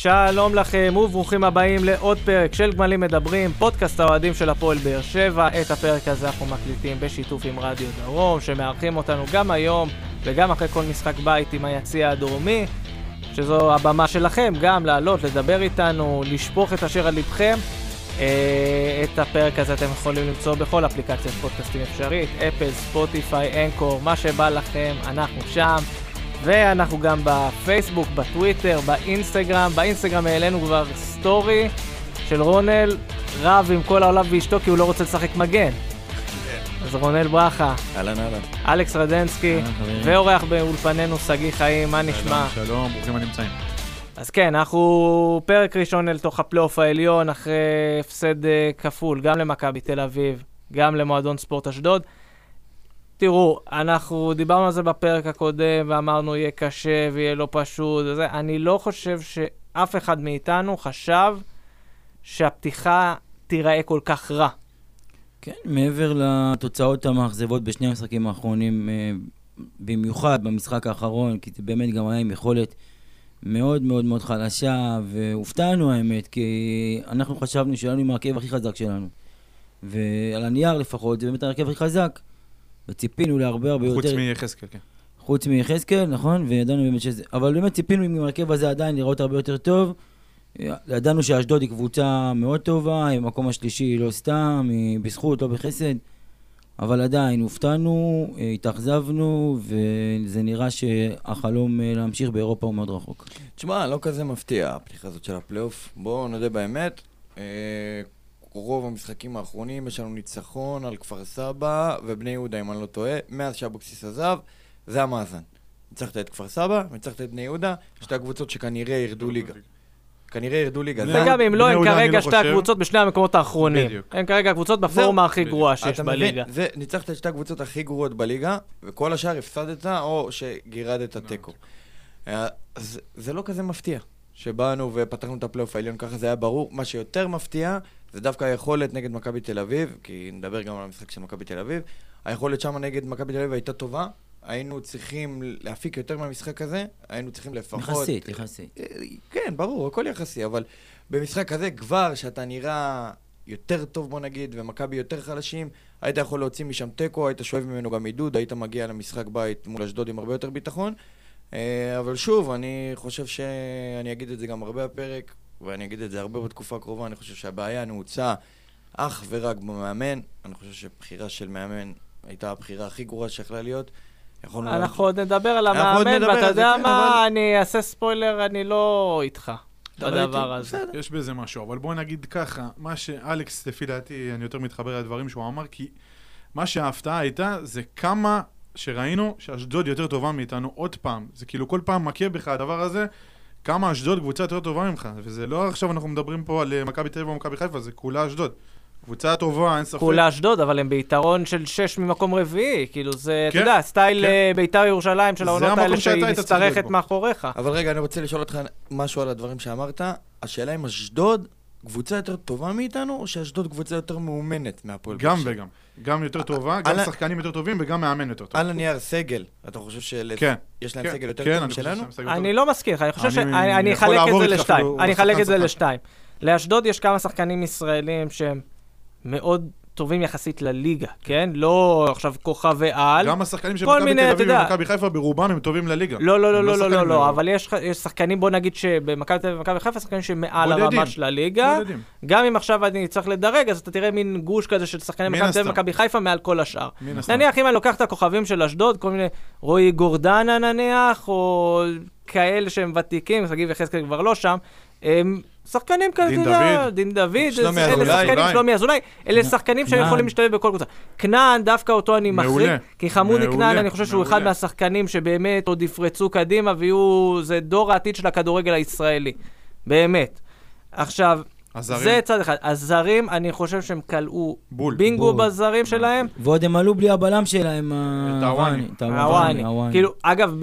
שלום לכם וברוכים הבאים לעוד פרק של גמלים מדברים, פודקאסט האוהדים של הפועל באר שבע. את הפרק הזה אנחנו מקליטים בשיתוף עם רדיו דרום, שמארחים אותנו גם היום וגם אחרי כל משחק בית עם היציע הדרומי, שזו הבמה שלכם גם לעלות, לדבר איתנו, לשפוך את אשר על לבכם. את הפרק הזה אתם יכולים למצוא בכל אפליקציית פודקאסטים אפשרית, אפל, ספוטיפיי, אנקור, מה שבא לכם, אנחנו שם. ואנחנו גם בפייסבוק, בטוויטר, באינסטגרם. באינסטגרם העלינו כבר סטורי של רונל רב עם כל העולם ואשתו כי הוא לא רוצה לשחק מגן. אז רונל ברכה, אהלן אהלן, אלכס רדנסקי ואורח באולפנינו סגי חיים, מה נשמע? שלום, ברוכים הנמצאים. אז כן, אנחנו פרק ראשון אל תוך הפלייאוף העליון אחרי הפסד כפול גם למכבי תל אביב, גם למועדון ספורט אשדוד. תראו, אנחנו דיברנו על זה בפרק הקודם ואמרנו יהיה קשה ויהיה לא פשוט. אני לא חושב שאף אחד מאיתנו חשב שהפתיחה תיראה כל כך רע. כן, מעבר לתוצאות המאכזבות בשני המשחקים האחרונים, במיוחד במשחק האחרון, כי זה באמת גם היה עם יכולת מאוד מאוד מאוד חלשה, והופתענו האמת, כי אנחנו חשבנו שלנו עם הרכב הכי חזק שלנו. ועל הנייר לפחות, זה באמת הרכב הכי חזק. וציפינו להרבה הרבה יותר... חוץ מיחזקאל, כן. חוץ מיחזקאל, נכון? וידענו באמת שזה... אבל באמת ציפינו עם הרכב הזה עדיין לראות הרבה יותר טוב. ידענו שאשדוד היא קבוצה מאוד טובה, היא המקום השלישי לא סתם, היא בזכות, לא בחסד. אבל עדיין הופתענו, התאכזבנו, וזה נראה שהחלום להמשיך באירופה הוא מאוד רחוק. תשמע, לא כזה מפתיע, הפתיחה הזאת של הפלייאוף. בואו נודה באמת. רוב המשחקים האחרונים יש לנו ניצחון על כפר סבא ובני יהודה, אם אני לא טועה, מאז שאבוקסיס עזב, זה המאזן. ניצחת את כפר סבא, ניצחת את בני יהודה, שתי הקבוצות שכנראה ירדו ליגה. כנראה ירדו ליגה. וגם אם לא, הם כרגע שתי הקבוצות בשני המקומות האחרונים. הם כרגע הקבוצות בפורמה הכי גרועה שיש בליגה. ניצחת את שתי הקבוצות הכי גרועות בליגה, וכל השאר הפסדת או שגירדת תיקו. אז זה לא כזה מפתיע. שבאנו ופתחנו את הפלייאוף העליון, ככה זה היה ברור. מה שיותר מפתיע זה דווקא היכולת נגד מכבי תל אביב, כי נדבר גם על המשחק של מכבי תל אביב. היכולת שם נגד מכבי תל אביב הייתה טובה, היינו צריכים להפיק יותר מהמשחק הזה, היינו צריכים לפחות... יחסית. כן, ברור, הכל יחסי, אבל במשחק הזה כבר שאתה נראה יותר טוב בוא נגיד, ומכבי יותר חלשים, היית יכול להוציא משם טקו, היית שואב ממנו גם עידוד, היית מגיע למשחק בית מול אשדוד עם הרבה יותר ביטחון. אבל שוב, אני חושב שאני אגיד את זה גם הרבה בפרק, ואני אגיד את זה הרבה בתקופה הקרובה. אני חושב שהבעיה נעוצה אך ורק במאמן. אני חושב שבחירה של מאמן הייתה הבחירה הכי גרועה שיכולה להיות. אנחנו עוד נדבר על המאמן, ואתה יודע מה, אני אעשה ספוילר, אני לא איתך בדבר הזה. יש בזה משהו, אבל בואו נגיד ככה, מה שאלכס לפי דעתי, אני יותר מתחבר לדברים שהוא אמר, כי מה שההפתעה הייתה זה כמה שראינו שאשדוד יותר טובה מאיתנו עוד פעם. זה כאילו כל פעם מכיר בך הדבר הזה, כמה אשדוד קבוצה יותר טובה ממך. וזה לא עכשיו אנחנו מדברים פה על מכבי תל אביב או מכבי חיפה, זה כולה אשדוד. קבוצה טובה, אין ספק. כולה אשדוד, אבל הם ביתרון של 6 ממקום רביעי. כאילו זה, אתה יודע, סטייל ביתר ירושלים של העונות האלה שהיא מסתרכת מאחוריך. אבל רגע, אני רוצה לשאול אותך משהו על הדברים שאמרת. השאלה אם אשדוד קבוצה יותר טובה מאיתנו, או שאשדוד קבוצה יותר מאומנת מהפועל? גם וגם. גם יותר טובה, גם שחקנים יותר טובים וגם מאמן יותר טוב. על הנייר סגל, אתה חושב שיש להם סגל יותר טוב משלנו? אני לא מסכים, אני חושב שאני אחלק את זה לשתיים. אני אחלק את זה לשתיים. לאשדוד יש כמה שחקנים ישראלים שהם מאוד טובים יחסית לליגה, כן? לא עכשיו כוכבי על. גם השחקנים של מכבי תל אביב ומכבי חיפה ברובם הם טובים לליגה. לא, אבל יש שחקנים, בוא נגיד שבמכבי תל אביב ומכבי חיפה שחקנים שמעל הרמה של הליגה. גם אם עכשיו אני צריך לדרג, אז אתה תראה מין גוש כזה של שחקנים מכבי תל אביב ומכבי חיפה מעל כל השאר. נניח אם אני לוקח את הכוכבים של אשדוד, כל מיני רועי גורדנה נניח, או כאלה שהם ותיקים, סגיב יחזקאל כבר לא שם, שחקנים כאלה, דין דוד, שלומי אזולאי, אלה שחקנים שהם יכולים להשתלב בכל קבוצה. כנען, דווקא אותו אני מחריג, כי חמודי כנען, אני חושב שהוא אחד מהשחקנים שבאמת עוד יפרצו קדימה, זה דור העתיד של הכדורגל הישראלי. באמת. עכשיו, זה צד אחד. הזרים, אני חושב שהם קלעו בינגו בזרים שלהם. ועוד הם עלו בלי הבלם שלהם, הוואני. כאילו, אגב,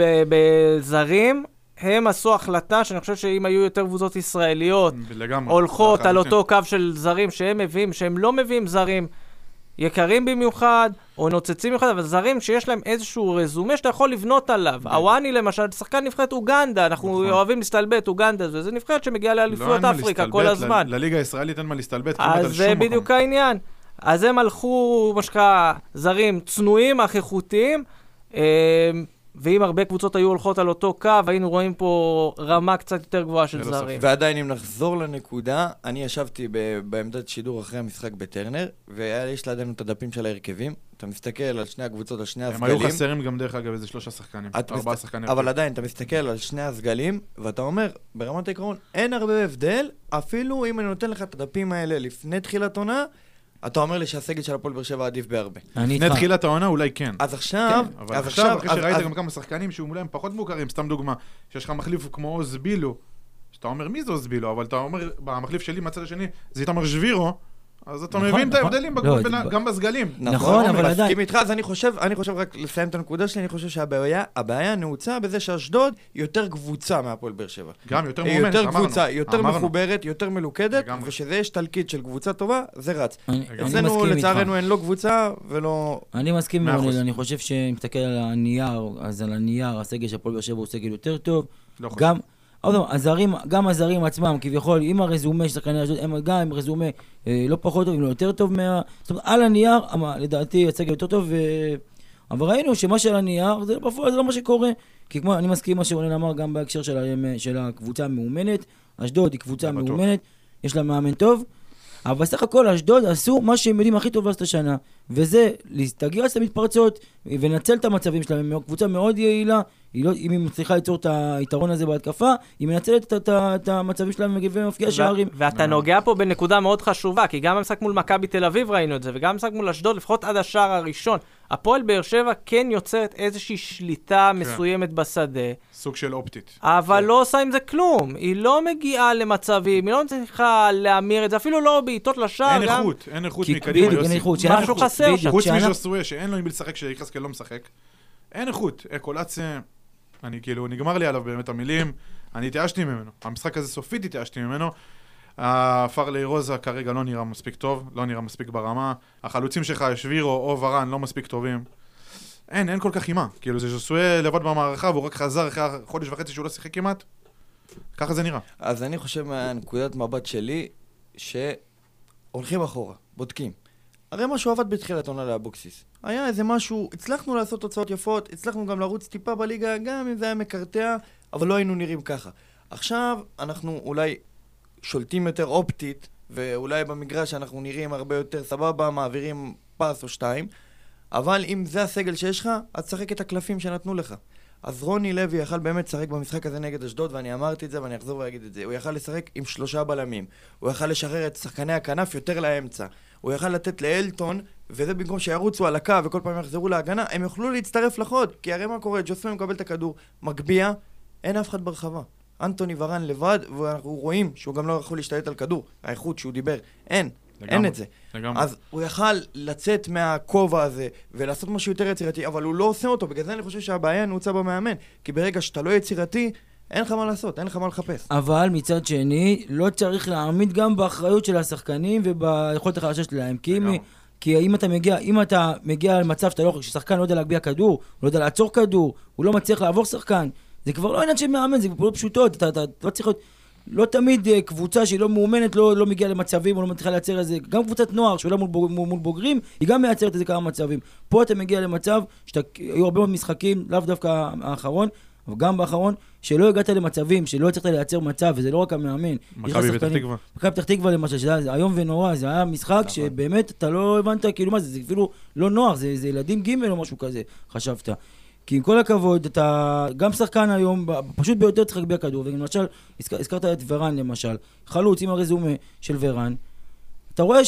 בזרים, הם עשו החלטה שאני חושב שאם היו יותר קבוצות ישראליות הולכות על אותו קו של זרים שהם מביאים, שהם לא מביאים זרים יקרים במיוחד, או נוצצים אחד, אבל זרים שיש להם איזשהו רזומה שאתה יכול לבנות עליו. הוואני למשל, שחקן נבחרת אוגנדה, אנחנו אוהבים להסתלבט אוגנדה, וזה נבחרת שמגיעה לאליפויות אפריקה כל הזמן. לליגה הישראלית אין מה להסתלבט, אז זה בדיוק העניין. אז הם הלכו, מה שקרה, זרים צנועים, אך איכותיים, ואם הרבה קבוצות היו הולכות על אותו קו, היינו רואים פה רמה קצת יותר גבוהה של זרים. ועדיין, אם נחזור לנקודה, אני ישבתי בעמדת שידור אחרי המשחק בטרנר, ויש לידינו את הדפים של ההרכבים. אתה מסתכל על שני הקבוצות, על שני הסגלים. הם היו חסרים גם דרך אגב איזה 3 שחקנים, 4 שחקנים. אבל עדיין, אתה מסתכל על שני הסגלים, ואתה אומר, ברמת העיקרון, אין הרבה הבדל, אפילו אם אני נותן לך את הדפים האלה לפני תחילת עונה, אתה אומר לי שהסגל של הפועל באר שבע עדיף בהרבה. לפני תחילת העונה אולי כן. אז עכשיו... אבל עכשיו, אחרי שראית גם כמה שחקנים שאולי הם פחות מוכרים, סתם דוגמה, שיש לך מחליף כמו עוז בילו, שאתה אומר מי זה עוז בילו, אבל אתה אומר, במחליף שלי מהצד השני, זה איתמר שבירו, אז אתה מבין את ההבדלים גם בסגלים. נכון, אבל עדיין. מסכים איתך, אז אני חושב רק לסיים את הנקודה שלי, אני חושב שהבעיה נעוצה בזה שאשדוד יותר קבוצה מהפועל באר שבע. גם יותר מאומנת, יותר קבוצה, יותר מחוברת, יותר מלוכדת, ושזה יש תלכיד של קבוצה טובה, זה רץ. אצלנו, לצערנו, אין לא קבוצה ולא... אני מסכים עם רוני, אני חושב שאם תסתכל על הנייר, אז על הנייר, הסגל של הפועל באר שבע הוא סגל יותר טוב. גם גם הזרים עצמם, כביכול, עם הרזומה של שחקני אשדוד, הם גם עם רזומה לא פחות טוב, אם לא יותר טוב זאת אומרת, על הנייר, לדעתי, הסגל יותר טוב, אבל ראינו שמה של הנייר, זה בפועל, זה לא מה שקורה. כי כמו, אני מסכים מה שרונן אמר, גם בהקשר של הקבוצה המאומנת, אשדוד היא קבוצה מאומנת, יש לה מאמן טוב, אבל בסך הכל אשדוד עשו מה שהם יודעים הכי טוב לעשות השנה, וזה להסתגר את המתפרצות ולנצל את המצבים שלהם. קבוצה מאוד יעילה, אם היא מצליחה ליצור את היתרון הזה בהתקפה, היא מנצלת את המצבים שלהם ומפקיעה שערים. ואתה נוגע פה בנקודה מאוד חשובה, כי גם המשחק מול מכבי תל אביב ראינו את זה, וגם המשחק מול אשדוד, לפחות עד השער הראשון. הפועל באר שבע כן יוצרת איזושהי שליטה מסוימת בשדה. סוג של אופטית. אבל לא עושה עם זה כלום. היא לא מגיעה למצבים, היא לא צריכה להמיר את זה, אפילו לא בעיטות לשער. אין איכות מקדימה, יוסי. משהו חסר שם. חוץ מז'וסואה, שאין לו עם לשחק, שיחזקאל לא משחק. אין איכות. קולציה, אני כאילו, נגמר לי עליו באמת המילים, אני התייאשתי ממנו. המשחק הזה סופית התייאשתי ממנו. פרלי רוזה כרגע לא נראה מספיק טוב, לא נראה מספיק ברמה. החלוצים שלך, שבירו או ורן, לא מספיק טובים. אין כל כך אימה. כאילו, זה ז'וסואה לבד במערכה, והוא רק חזר אחרי חודש וחצי שהוא לא שיחק כמעט. ככה זה נראה. אז אני חושב מהנקודת מבט שלי, שהולכים אחורה, בודקים. הרי משהו עבד בתחילת עונה לאבוקסיס. היה איזה משהו, הצלחנו לעשות תוצאות יפות, הצלחנו גם לרוץ טיפה בליגה, גם אם זה היה מקרטע, אבל לא היינו נראים ככה. עכשיו אנחנו אולי שולטים יותר אופטית, ואולי במגרש אנחנו נראים הרבה יותר סבבה, מעבירים פס או 2, אבל אם זה הסגל שיש לך, אז תשחק את הקלפים שנתנו לך. אז רוני לוי יכל באמת לשחק במשחק הזה נגד אשדוד, ואני אמרתי את זה ואני אחזור ואגיד את זה. הוא יכל לשחק עם 3 בלמים, הוא יכל לשחרר את שחקני הכנף יותר לאמצע, הוא יכל לתת לאלטון, וזה במקום שירוצו על הקו וכל פעם יחזרו להגנה, הם יוכלו להצטרף לחוד, כי הרי מה קורה? ג'וסוי מקבל את הכדור, מגביע, אין אף אחד ברחבה. אנטוני ורן לבד, ואנחנו רואים שהוא גם לא יכול להשתלט על כדור, האיכות שהוא דיבר, אין את זה. אז הוא יכל לצאת מהכובע הזה ולעשות משהו יותר יצירתי, אבל הוא לא עושה אותו, בגלל זה אני חושב שהבעיה נעוצה במאמן, כי ברגע שאתה לא יצירתי, אין לך מה לעשות, אין לך מה לחפש. אבל מצד שני, לא צריך להעמיד גם באחריות של השחקנים וביכולת החלשה שלהם, כי אם אתה מגיע למצב ששחקן לא יודע להגביע כדור, לא יודע לעצור כדור, הוא לא מצליח לעבור שחקן, זה כבר לא עניין של מאמן, זה כבר לא פשוטות, אתה לא צריך להיות... לא תמיד קבוצה שהיא לא מאומנת, לא מגיעה למצבים, או לא מצליחה לייצר איזה, גם קבוצת נוער שעולה מול בוגרים, היא גם מייצרת איזה כמה מצבים. פה אתה מגיע למצב, היו הרבה מאוד משחקים, לאו דווקא האחרון, אבל גם באחרון, שלא הגעת למצבים, שלא הצלחת לייצר מצב, וזה לא רק המאמן. מכבי פתח תקווה. מכבי פתח תקווה למשל, שזה היום ונורא, זה היה משחק שבאמת אתה לא הבנת, כאילו מה זה אפילו לא נוער, זה ילדים ג' או משהו כזה, חשבת. כי עם כל הכבוד, אתה גם שחקן היום, פשוט ביותר צריך להגביע כדור, ולמשל, הזכרת את ורן למשל, חלוץ עם הרזומה של ורן, אתה רואה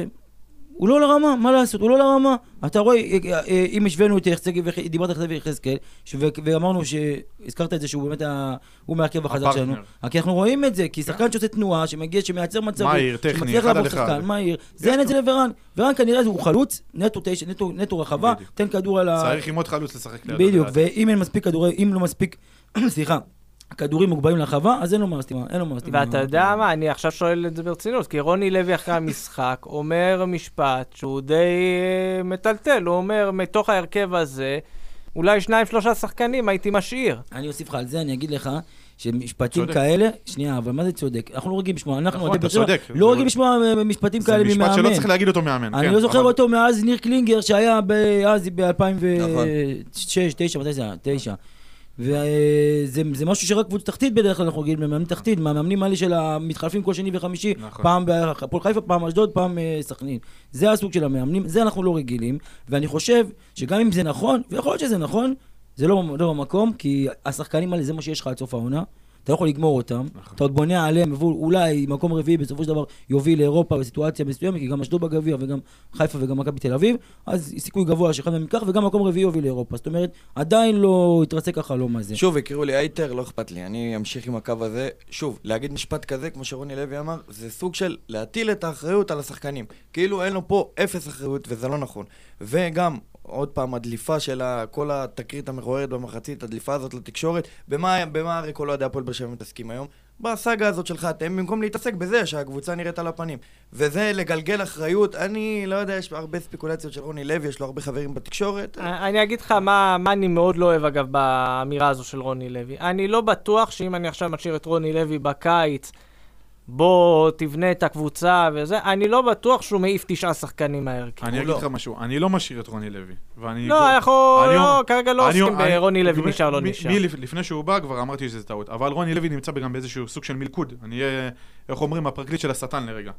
שהוא לא לרמה, מה לעשות, הוא לא לרמה, אתה רואה, אם השווינו את דיברת על יחזקאל, ואמרנו שהזכרת את זה שהוא באמת, הוא מהרכב החזק שלנו, כי אנחנו רואים את זה, כי שחקן שעושה תנועה, שמגיע, שמייצר מצבים, שמצליח לעבור שחקן, מהיר, זה אין את זה לוורן, ורן כנראה הוא חלוץ, נטו רחבה, תן כדור על צריך עם עוד חלוץ לשחק ליד. בדיוק, ואם אין מספיק כדורי, אם לא מספיק, סליחה, כדורים מוגבלים לחווה, אז אין לו מה סתימה. ואתה יודע מה, אני עכשיו שואל את זה ברצינות, כי רוני לוי אחרי המשחק אומר משפט שהוא די מטלטל, הוא אומר, מתוך ההרכב הזה, אולי 2-3 שחקנים הייתי משאיר. אני אוסיף לך על זה, אני אגיד לך, שמשפטים כאלה, שנייה, אבל מה זה צודק? אנחנו לא רגילים לשמוע, אנחנו לא רגילים לשמוע משפטים כאלה ממאמן. זה משפט שלא צריך להגיד אותו מאמן. אני לא זוכר אותו מאז ניר קלינגר, שהיה אז ב-2006, 2009, מתי זה היה? 2009. וזה משהו שרק קבוצה תחתית בדרך כלל אנחנו רגילים למאמנים תחתית, מהמאמנים האלה של המתחלפים כל שני וחמישי, פעם בהפועל חיפה, פעם אשדוד, פעם סכנין. זה הסוג של המאמנים, זה אנחנו לא רגילים, ואני חושב שגם אם זה נכון, ויכול להיות שזה נכון, זה לא במקום, כי השחקנים האלה זה מה שיש לך עד סוף העונה, אתה לא יכול לגמור אותם, אתה עוד בונה עליהם, ואולי מקום רביעי בסופו של דבר יוביל לאירופה בסיטואציה מסוימת, כי גם אשדוד בגביע וגם חיפה וגם מכבי תל אביב, אז סיכוי גבוה שאחד מהם ייקח, וגם מקום רביעי יוביל לאירופה. זאת אומרת, עדיין לא יתרסק החלום הזה. שוב, יקראו לי אייטר, לא אכפת לי, אני אמשיך עם הקו הזה. שוב, להגיד משפט כזה, כמו שרוני לוי אמר, זה סוג של להטיל את האחריות על השחקנים. כאילו אין לו פה אפס אחריות, וזה לא נכון. וגם עוד פעם, הדליפה של כל התקרית המכוערת במחצית, הדליפה הזאת לתקשורת, במה הרי כל אוהדי הפועל באר שבע מתעסקים היום? בסאגה הזאת שלך, אתם במקום להתעסק בזה שהקבוצה נראית על הפנים. וזה לגלגל אחריות, אני לא יודע, יש הרבה ספקולציות של רוני לוי, יש לו הרבה חברים בתקשורת. אני אגיד לך מה אני מאוד לא אוהב אגב באמירה הזו של רוני לוי. אני לא בטוח שאם אני עכשיו משאיר את רוני לוי בקיץ, בוא תבנה את הקבוצה וזה, אני לא בטוח שהוא מעיף 9 שחקנים מההרכב. אני אגיד לך משהו, אני לא משאיר את רוני לוי. לא, אנחנו כרגע לא עוסקים ברוני לוי נשאר לא נשאר. לפני שהוא בא כבר אמרתי שזה טעות, אבל רוני לוי נמצא גם באיזשהו סוג של מלכוד. אני אהיה, איך אומרים, הפרקליט של השטן לרגע.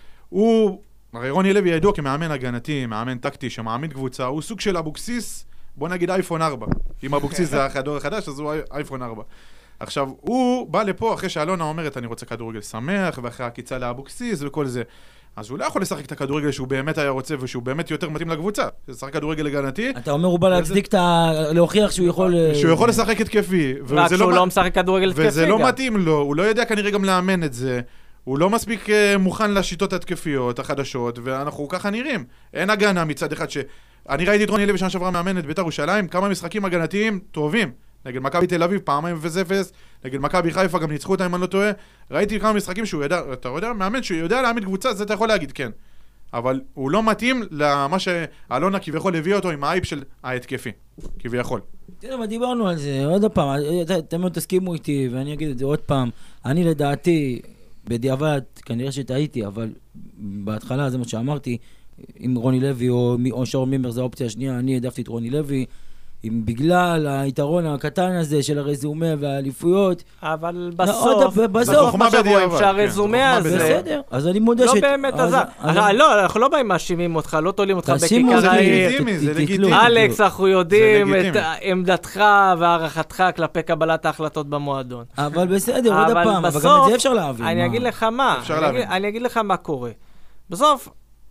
הרי רוני לוי ידוע כמאמן הגנתי, מאמן טקטי, שמאמין קבוצה, הוא סוג של אבוקסיס, בוא נגיד אייפון 4. אם אבוקסיס זה הדור החדש, אז הוא אייפון 4. עכשיו, הוא בא לפה אחרי שאלונה אומרת, אני רוצה כדורגל שמח, ואחרי הקיצה לאבוקסיס וכל זה. אז הוא לא יכול לשחק את הכדורגל שהוא באמת היה רוצה, ושהוא באמת יותר מתאים לקבוצה. זה לשחק כדורגל הגנתי. אתה אומר, הוא בא להצדיק להוכיח שהוא יכול... שהוא יכול לשחק התקפי. רק שהוא לא משחק כדורגל התקפי גם. וזה לא מתאים לו, הוא לא יודע כנראה גם לאמן את זה. הוא לא מספיק מוכן לשיטות התקפיות, החדשות, ואנחנו ככה נראים. אין הגנה מצד אחד אני ראיתי את רוני לוי שנה שעברה מאמן את בית"ר ירושלים, כמה משחקים הגנתיים טובים. נגד מכבי תל אביב, פעמיים 0-0, נגד מכבי חיפה גם ניצחו אותה אם אני לא טועה. ראיתי כמה משחקים שהוא ידע, אתה יודע, מאמן שהוא יודע להעמיד קבוצה, זה אתה יכול להגיד, כן. אבל הוא לא מתאים למה שאלונה כביכול הביא אותו עם האייפ של ההתקפי, כביכול. תראה, מה דיברנו על זה, עוד פעם, אתם לא תסכימו איתי, ואני אגיד את זה עוד פעם, אני לדעתי, בדיעבד, כנראה שטעיתי, אבל בהתחלה זה מה שאמרתי, אם רוני לוי או שרון מימר זה האופציה השנייה, אני העדפתי את רוני לוי, אם בגלל היתרון הקטן הזה של הרזומה והאליפויות, אבל בסוף מה שרואים שהרזומה הזה בסדר, אז אני מודה לא באמת עזר. לא, אנחנו לא באים מאשימים אותך, לא תולים אותך בכיכר העיר. אלכס, אנחנו יודעים את עמדתך והערכתך כלפי קבלת ההחלטות במועדון. אבל בסדר, עוד פעם, אבל גם את זה אפשר להבין. אני אגיד לך מה קורה. בסוף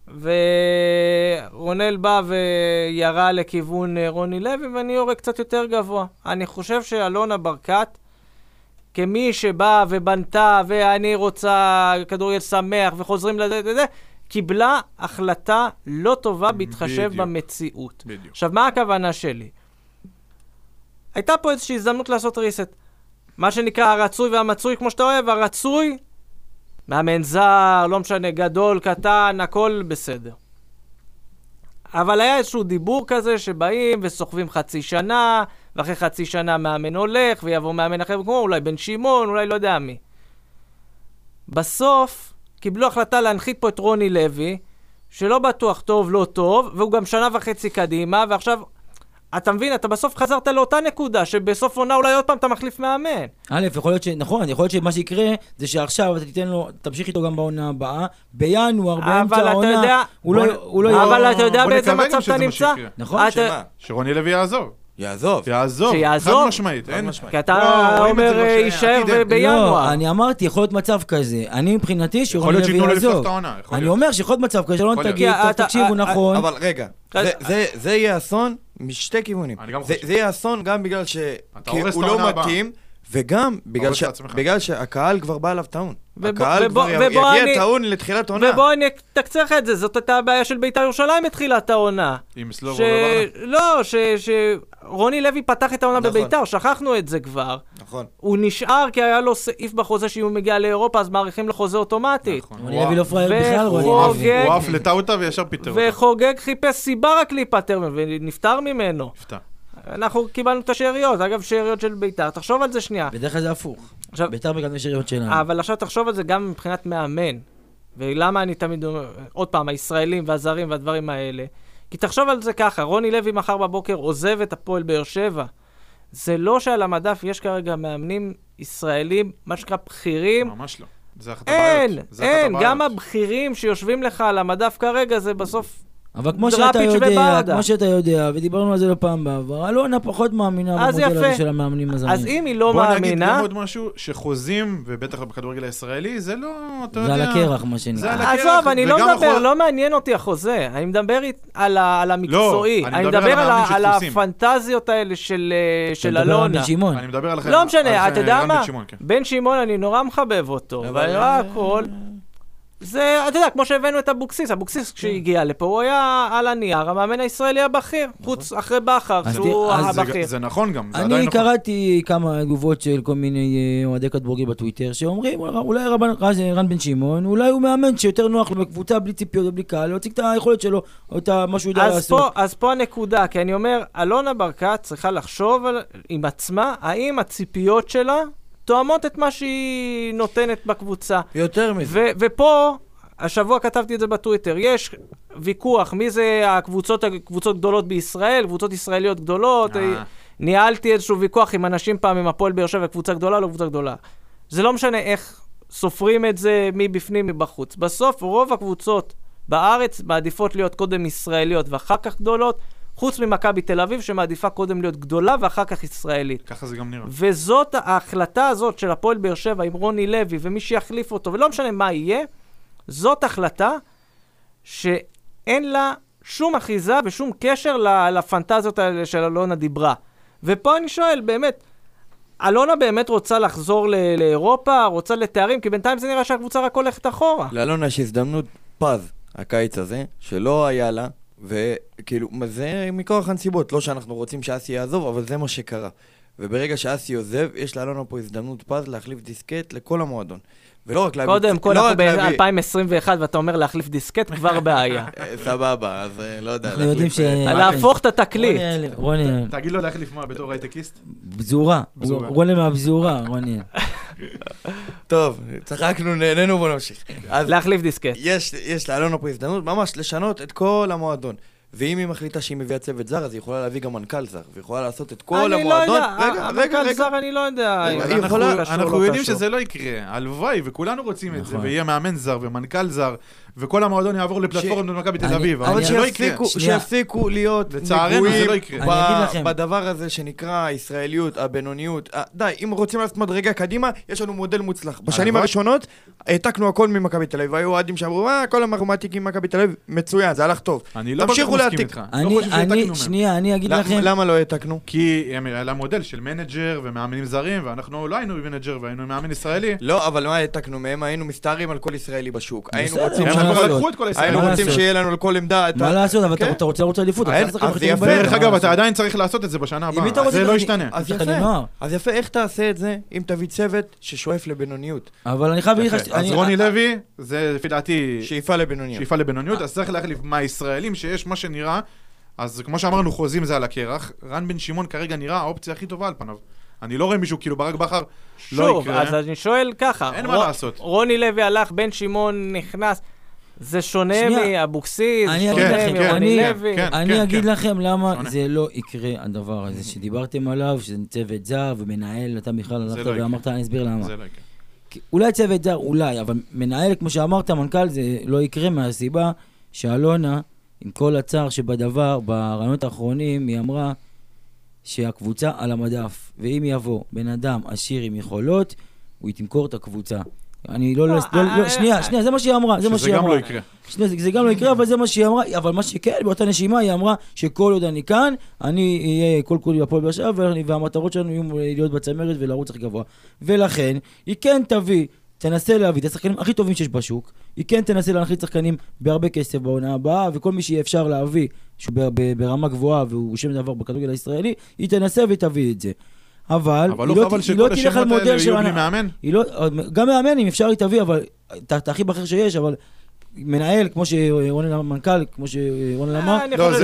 ורונל בא וירה לכיוון רוני לוי, ואני יורה קצת יותר גבוה. אני חושב שאלונה ברקת, כמי שבא ובנתה ואני רוצה כדורגל שמח וחוזרים לזה, קיבלה החלטה לא טובה בהתחשב במציאות. עכשיו, מה הכוונה שלי? הייתה פה איזושהי הזדמנות לעשות ריסט. מה שנקרא הרצוי והמצוי, כמו שאתה אוהב, הרצוי מאמן זר, לא משנה, גדול, קטן, הכל בסדר. אבל היה איזשהו דיבור כזה שבאים וסוחבים חצי שנה, ואחרי חצי שנה מאמן הולך, ויבוא מאמן אחר, כמו אולי בן שמעון, אולי לא יודע מי. בסוף קיבלו החלטה להנחית פה את רוני לוי, שלא בטוח טוב, לא טוב, והוא גם שנה וחצי קדימה, ועכשיו אתה מבין, אתה בסוף חזרת לאותה נקודה, שבסוף עונה אולי עוד פעם אתה מחליף מאמן. יכול להיות נכון, יכול להיות שמה שיקרה, זה שעכשיו אתה תיתן לו, תמשיך איתו גם בעונה הבאה, בינואר, באמצע העונה, אבל אתה יודע באיזה מצב אתה נמצא? נכון, שמה? שרוני לוי יעזוב. יעזוב. חד משמעית. כי אתה אומר יישאר בינואר. לא, אני אמרתי, יכול להיות מצב כזה. אני מבחינתי שרוני לוי יעזוב. אני אומר שיכול להיות מצב כזה, שלא תגיד, תקשיבו נכון. אבל רגע, זה יהיה אסון משתי כיוונים. זה יהיה אסון גם בגלל שהוא לא מתאים, וגם בגלל שהקהל כבר בא עליו טעון. הקהל כבר יגיע טעון לתחילת העונה. ובואו אני אקצר לך את זה, זאת הייתה הבעיה של בית"ר ירושלים מתחילת העונה. עם סלובו וברנה. לא, שרוני לוי פתח את העונה בבית"ר, שכחנו את זה כבר. נכון. הוא נשאר כי היה לו סעיף בחוזה שאם הוא מגיע לאירופה, אז מעריכים לחוזה אוטומטית. רוני לוי לא פראייר בכלל, רוני לוי. הוא עף לטאוטה וישר פיטר אותו. וחוגג חיפש סיבה רק להיפטר ונפטר ממנו. אנחנו קיבלנו את השאריות, אגב שאריות של ביתר, תחשוב על זה שנייה. בדרך כלל זה הפוך. ביתר בגלל השאריות שלנו. אבל עכשיו תחשוב על זה גם מבחינת מאמן. ולמה אני תמיד אומר, עוד פעם, הישראלים והזרים והדברים האלה. כי תחשוב על זה ככה, רוני לוי מחר בבוקר עוזב את הפועל באר שבע. זה לא שעל המדף יש כרגע מאמנים ישראלים, מה שנקרא בכירים. ממש לא. זה אחת הבעיות. אין, גם הבכירים שיושבים לך על המדף כרגע, זה בסוף אבל כמו שאתה יודע, ודיברנו על זה לפעם בעבר, אלונה פחות מאמינה במודל הזה של המאמנים הזרים. אז אם היא לא מאמינה... בוא נגיד גם עוד משהו, שחוזים, ובטח בכדורגל הישראלי, זה לא, אתה יודע... זה על הקרח, מה שנקרא. עזוב, אני לא מדבר, לא מעניין אותי החוזה. אני מדבר על המקצועי. אני מדבר על הפנטזיות האלה של אלונה. אני מדבר על... לא משנה, אתה יודע מה? בן שמעון, אני נורא מחבב אותו. אבל הכל... זה, אתה יודע, כמו שהבאנו את אבוקסיס כשהגיע לפה, הוא היה על הנייר, המאמן הישראלי הבכיר, חוץ אחרי בכר, שהוא הבכיר. זה נכון גם, זה עדיין נכון. אני קראתי כמה תגובות של כל מיני אוהדי כדורגל בטוויטר, שאומרים, אולי רן בן שמעון, אולי הוא מאמן שיותר נוח לו בקבוצה בלי ציפיות ובלי קהל, להוציא את היכולת שלו, או את מה שהוא יודע לעשות. אז פה הנקודה, כי אני אומר, אלונה ברקת צריכה לחשוב עם עצמה, האם הציפיות שלה תואמות את מה שהיא נותנת בקבוצה. יותר מזה. ופה, השבוע כתבתי את זה בטוויטר, יש ויכוח, מי זה הקבוצות גדולות בישראל, קבוצות ישראליות גדולות, ניהלתי איזשהו ויכוח עם אנשים פעם, עם הפועל באר שבע, קבוצה גדולה, לא קבוצה גדולה. זה לא משנה איך סופרים את זה מבפנים, מבחוץ. בסוף, רוב הקבוצות בארץ מעדיפות להיות קודם ישראליות ואחר כך גדולות, חוץ ממכבי תל אביב, שמעדיפה קודם להיות גדולה ואחר כך ישראלית. ככה זה גם נראה. וזאת ההחלטה הזאת של הפועל באר שבע עם רוני לוי ומי שיחליף אותו, ולא משנה מה יהיה, זאת החלטה שאין לה שום אחיזה ושום קשר לפנטזיות האלה של אלונה דיברה. ופה אני שואל, באמת, אלונה באמת רוצה לחזור לאירופה, רוצה לתארים, כי בינתיים זה נראה שהקבוצה רק הולכת אחורה. לאלונה יש הזדמנות פז, הקיץ הזה, שלא היה לה, וכאילו, זה מכוח הנסיבות, לא שאנחנו רוצים שאסי יעזוב, אבל זה מה שקרה. וברגע שאסי עוזב, יש לאלונה פה הזדמנות פז להחליף דיסקט לכל המועדון. ולא רק להביא... קודם כל, אנחנו ב-2021, ואתה אומר להחליף דיסקט, כבר בעיה. סבבה, אז לא יודע. אנחנו יודעים ש... להפוך את התקליט. רוני... תגיד לו להחליף מה, בתור הייטקיסט? בזורה. רוני מהבזורה, רוני. טוב, צחקנו, נהנינו, בוא נמשיך. להחליף דיסקט. יש לאלונה פה הזדמנות ממש לשנות את כל המועדון. ואם היא מחליטה שהיא מביאה צוות זר, אז היא יכולה להביא גם מנכ"ל זר, ויכולה לעשות את כל המועדון. מנכ"ל זר אני לא יודע. אנחנו יודעים שזה לא יקרה, הלוואי, וכולנו רוצים את זה, ויהיה מאמן זר ומנכ"ל זר, וכל המועדון יעבור לפלטפורם במכבי תל אביב. אבל שיפסיקו להיות נגועים בדבר הזה שנקרא הישראליות, הבינוניות. די, אם רוצים לעשות מדרגה קדימה, יש לנו מודל מוצלח. בשנים הראשונות, העתקנו הכל ממכבי תל אביב. היו אוהדים שאמרו, כל המרמטיקים ממכבי תל אביב, מצוין, זה הלך טוב. תמשיכו להעתיק. שנייה, אני אגיד לכם... למה לא העתקנו? כי היה מודל של מנג'ר ומאמנים זרים, ואנחנו לא היינו מנג'ר והיינו מאמן ישראלי. לא, אבל מה העתקנו מהם? היינו מסתערים על כל ישראלי בשוק. היינו רוצים שיהיה לנו על כל עמדה... מה לעשות, אבל אתה רוצה לרוץ אליפות. דרך אגב, אתה עדיין צריך לעשות את זה בשנה הבאה. זה לא ישתנה. אז יפה, איך תעשה את זה אם תביא צוות ששואף לבינוניות? אבל אני חייב להגיד לך... אז רוני לוי, זה לפי דעתי... שאיפה לבינוניות. אז צריך להחליף מהישראלים שיש מה שנראה, אז כמו שאמרנו, חוזים זה על הקרח. רן בן שמעון כרגע נראה האופציה הכי טובה על פניו. אני לא רואה מישהו, כאילו ברק בכר לא יקרה. שוב, אז אני שואל ככה. אין מה לעשות. רוני לוי הלך, בן שמעון נכנס. זה שונה מאבוקסיס, שונה מרוני לוי. אני אגיד לכם למה זה לא יקרה הדבר הזה שדיברתם עליו, שזה צוות זר ומנהל, אתה בכלל הלכת ואמרת, אני אסביר למה. זה לא יקרה. אולי צוות זר, אולי, אבל מנהל, כמו שאמרת, מנכ"ל, זה לא יקרה מהסיבה שאלונה, עם כל הצער שבדבר, ברעיונות האחרונים, היא אמרה שהקבוצה על המדף, ואם יבוא בן אדם עשיר עם יכולות, הוא יתמכור את הקבוצה. אני לא, שנייה, זה מה שהיא אמרה, שזה גם לא יקרה. זה גם לא יקרה, אבל זה מה שהיא אמרה, אבל מה שכן, באותה נשימה היא אמרה שכל עוד אני כאן, אני אהיה כל כולי בפועל באר שבע, והמטרות שלנו יהיו להיות בצמרת ולרוץ הכי גבוה. ולכן, היא כן תנסה להביא את השחקנים הכי טובים שיש בשוק, היא כן תנסה להנחית שחקנים בהרבה כסף בעונה הבאה, וכל מי שיהיה אפשר להביא, שהוא ברמה גבוהה והוא שם דבר בכדורגל הישראלי, היא תנסה ותביא את זה. אבל היא לא תלך על מודל של... גם מאמן, אם אפשר להתביא, אבל אתה הכי בכיר שיש, אבל מנהל, כמו שרונן המנכ"ל, כמו שרונן אמר,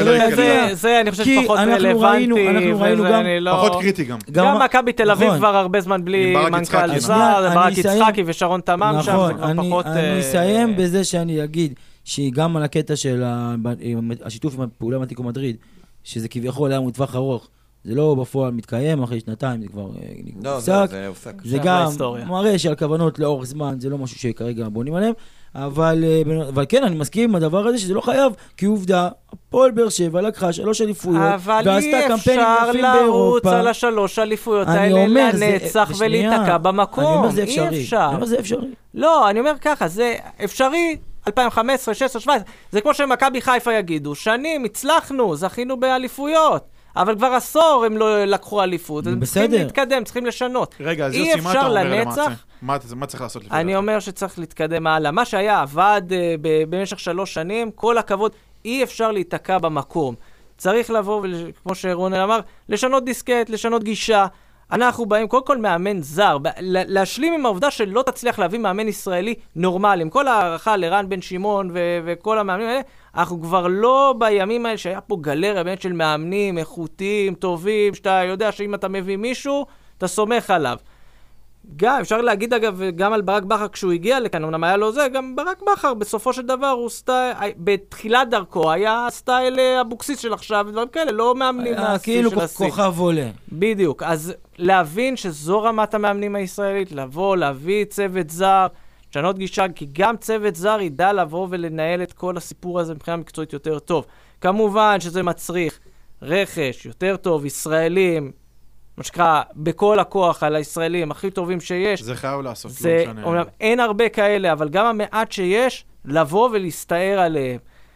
זה אני חושב שפחות רלוונטי, אנחנו ראינו גם, פחות קריטי גם. גם מכבי תל אביב כבר הרבה זמן בלי מנכ"ל זר, ברק יצחקי ושרון תמם שם, זה כבר פחות... אני אסיים בזה שאני אגיד, שגם על הקטע של השיתוף עם הפעולה עם אתלטיקו מדריד, שזה כביכול היה מטווח ארוך, זה לא בפועל מתקיים, אחרי שנתיים זה כבר הופסק. זה גם מראה שעל כוונות לאורך זמן, זה לא משהו שכרגע בונים עליהם, אבל כן, אני מסכים עם הדבר הזה שזה לא חייב, כי עובדה, הפועל באר שבע לקחה 3 אליפויות, ועשתה קמפיינים יפים באירופה. אבל אי אפשר לרוץ על 3 אליפויות האלה לנצח ולהיתקע במקום. אני אומר זה אפשרי. אי אפשר. אני אומר זה אפשרי. לא, אני אומר ככה, זה אפשרי 2015, 16, 17. זה כמו שמכבי חיפה יגידו, שנים הצלחנו, זכינו באליפויות. אבל כבר עשור הם לא לקחו אליפות. הם צריכים להתקדם, צריכים לשנות. רגע, אז יוסי, מה אתה אומר למעשה? מה צריך לעשות לפי? אני אומר שצריך להתקדם הלאה. מה שהיה עבד במשך 3 שנים, כל הכבוד, אי אפשר להתקע במקום. צריך לבוא, כמו שרונן אמר, לשנות דיסקט, לשנות גישה. אנחנו באים, קודם כל מאמן זר, להשלים עם העובדה שלא תצליח להביא מאמן ישראלי נורמלי. עם כל הערכה לרן בן שמעון וכל המאמנים האלה, אנחנו כבר לא בימים האלה שהיה פה גלריה באמת של מאמנים איכותיים, טובים, שאתה יודע שאם אתה מביא מישהו, אתה סומך עליו. גם, אפשר להגיד אגב, גם על ברק בכר כשהוא הגיע לכאן, אמנם היה לו זה, גם ברק בכר בסופו של דבר הוא בתחילת דרכו היה סטייל אבוקסיס של עכשיו, ודברים כאלה, לא מאמנים כאילו כוכב עולה. בדיוק, אז להבין שזו רמת המאמנים הישראלית, לבוא, להביא צוות זר, לשנות גישה, כי גם צוות זר ידע לבוא ולנהל את כל הסיפור הזה מבחינה מקצועית יותר טוב. כמובן שזה מצריך רכש יותר טוב, ישראלים, מה שקרה בכל הכוח על הישראלים הכי טובים שיש. זה חייב לעשות. אומנם אין הרבה כאלה, אבל גם המעט שיש, לבוא ולהסתער עליהם.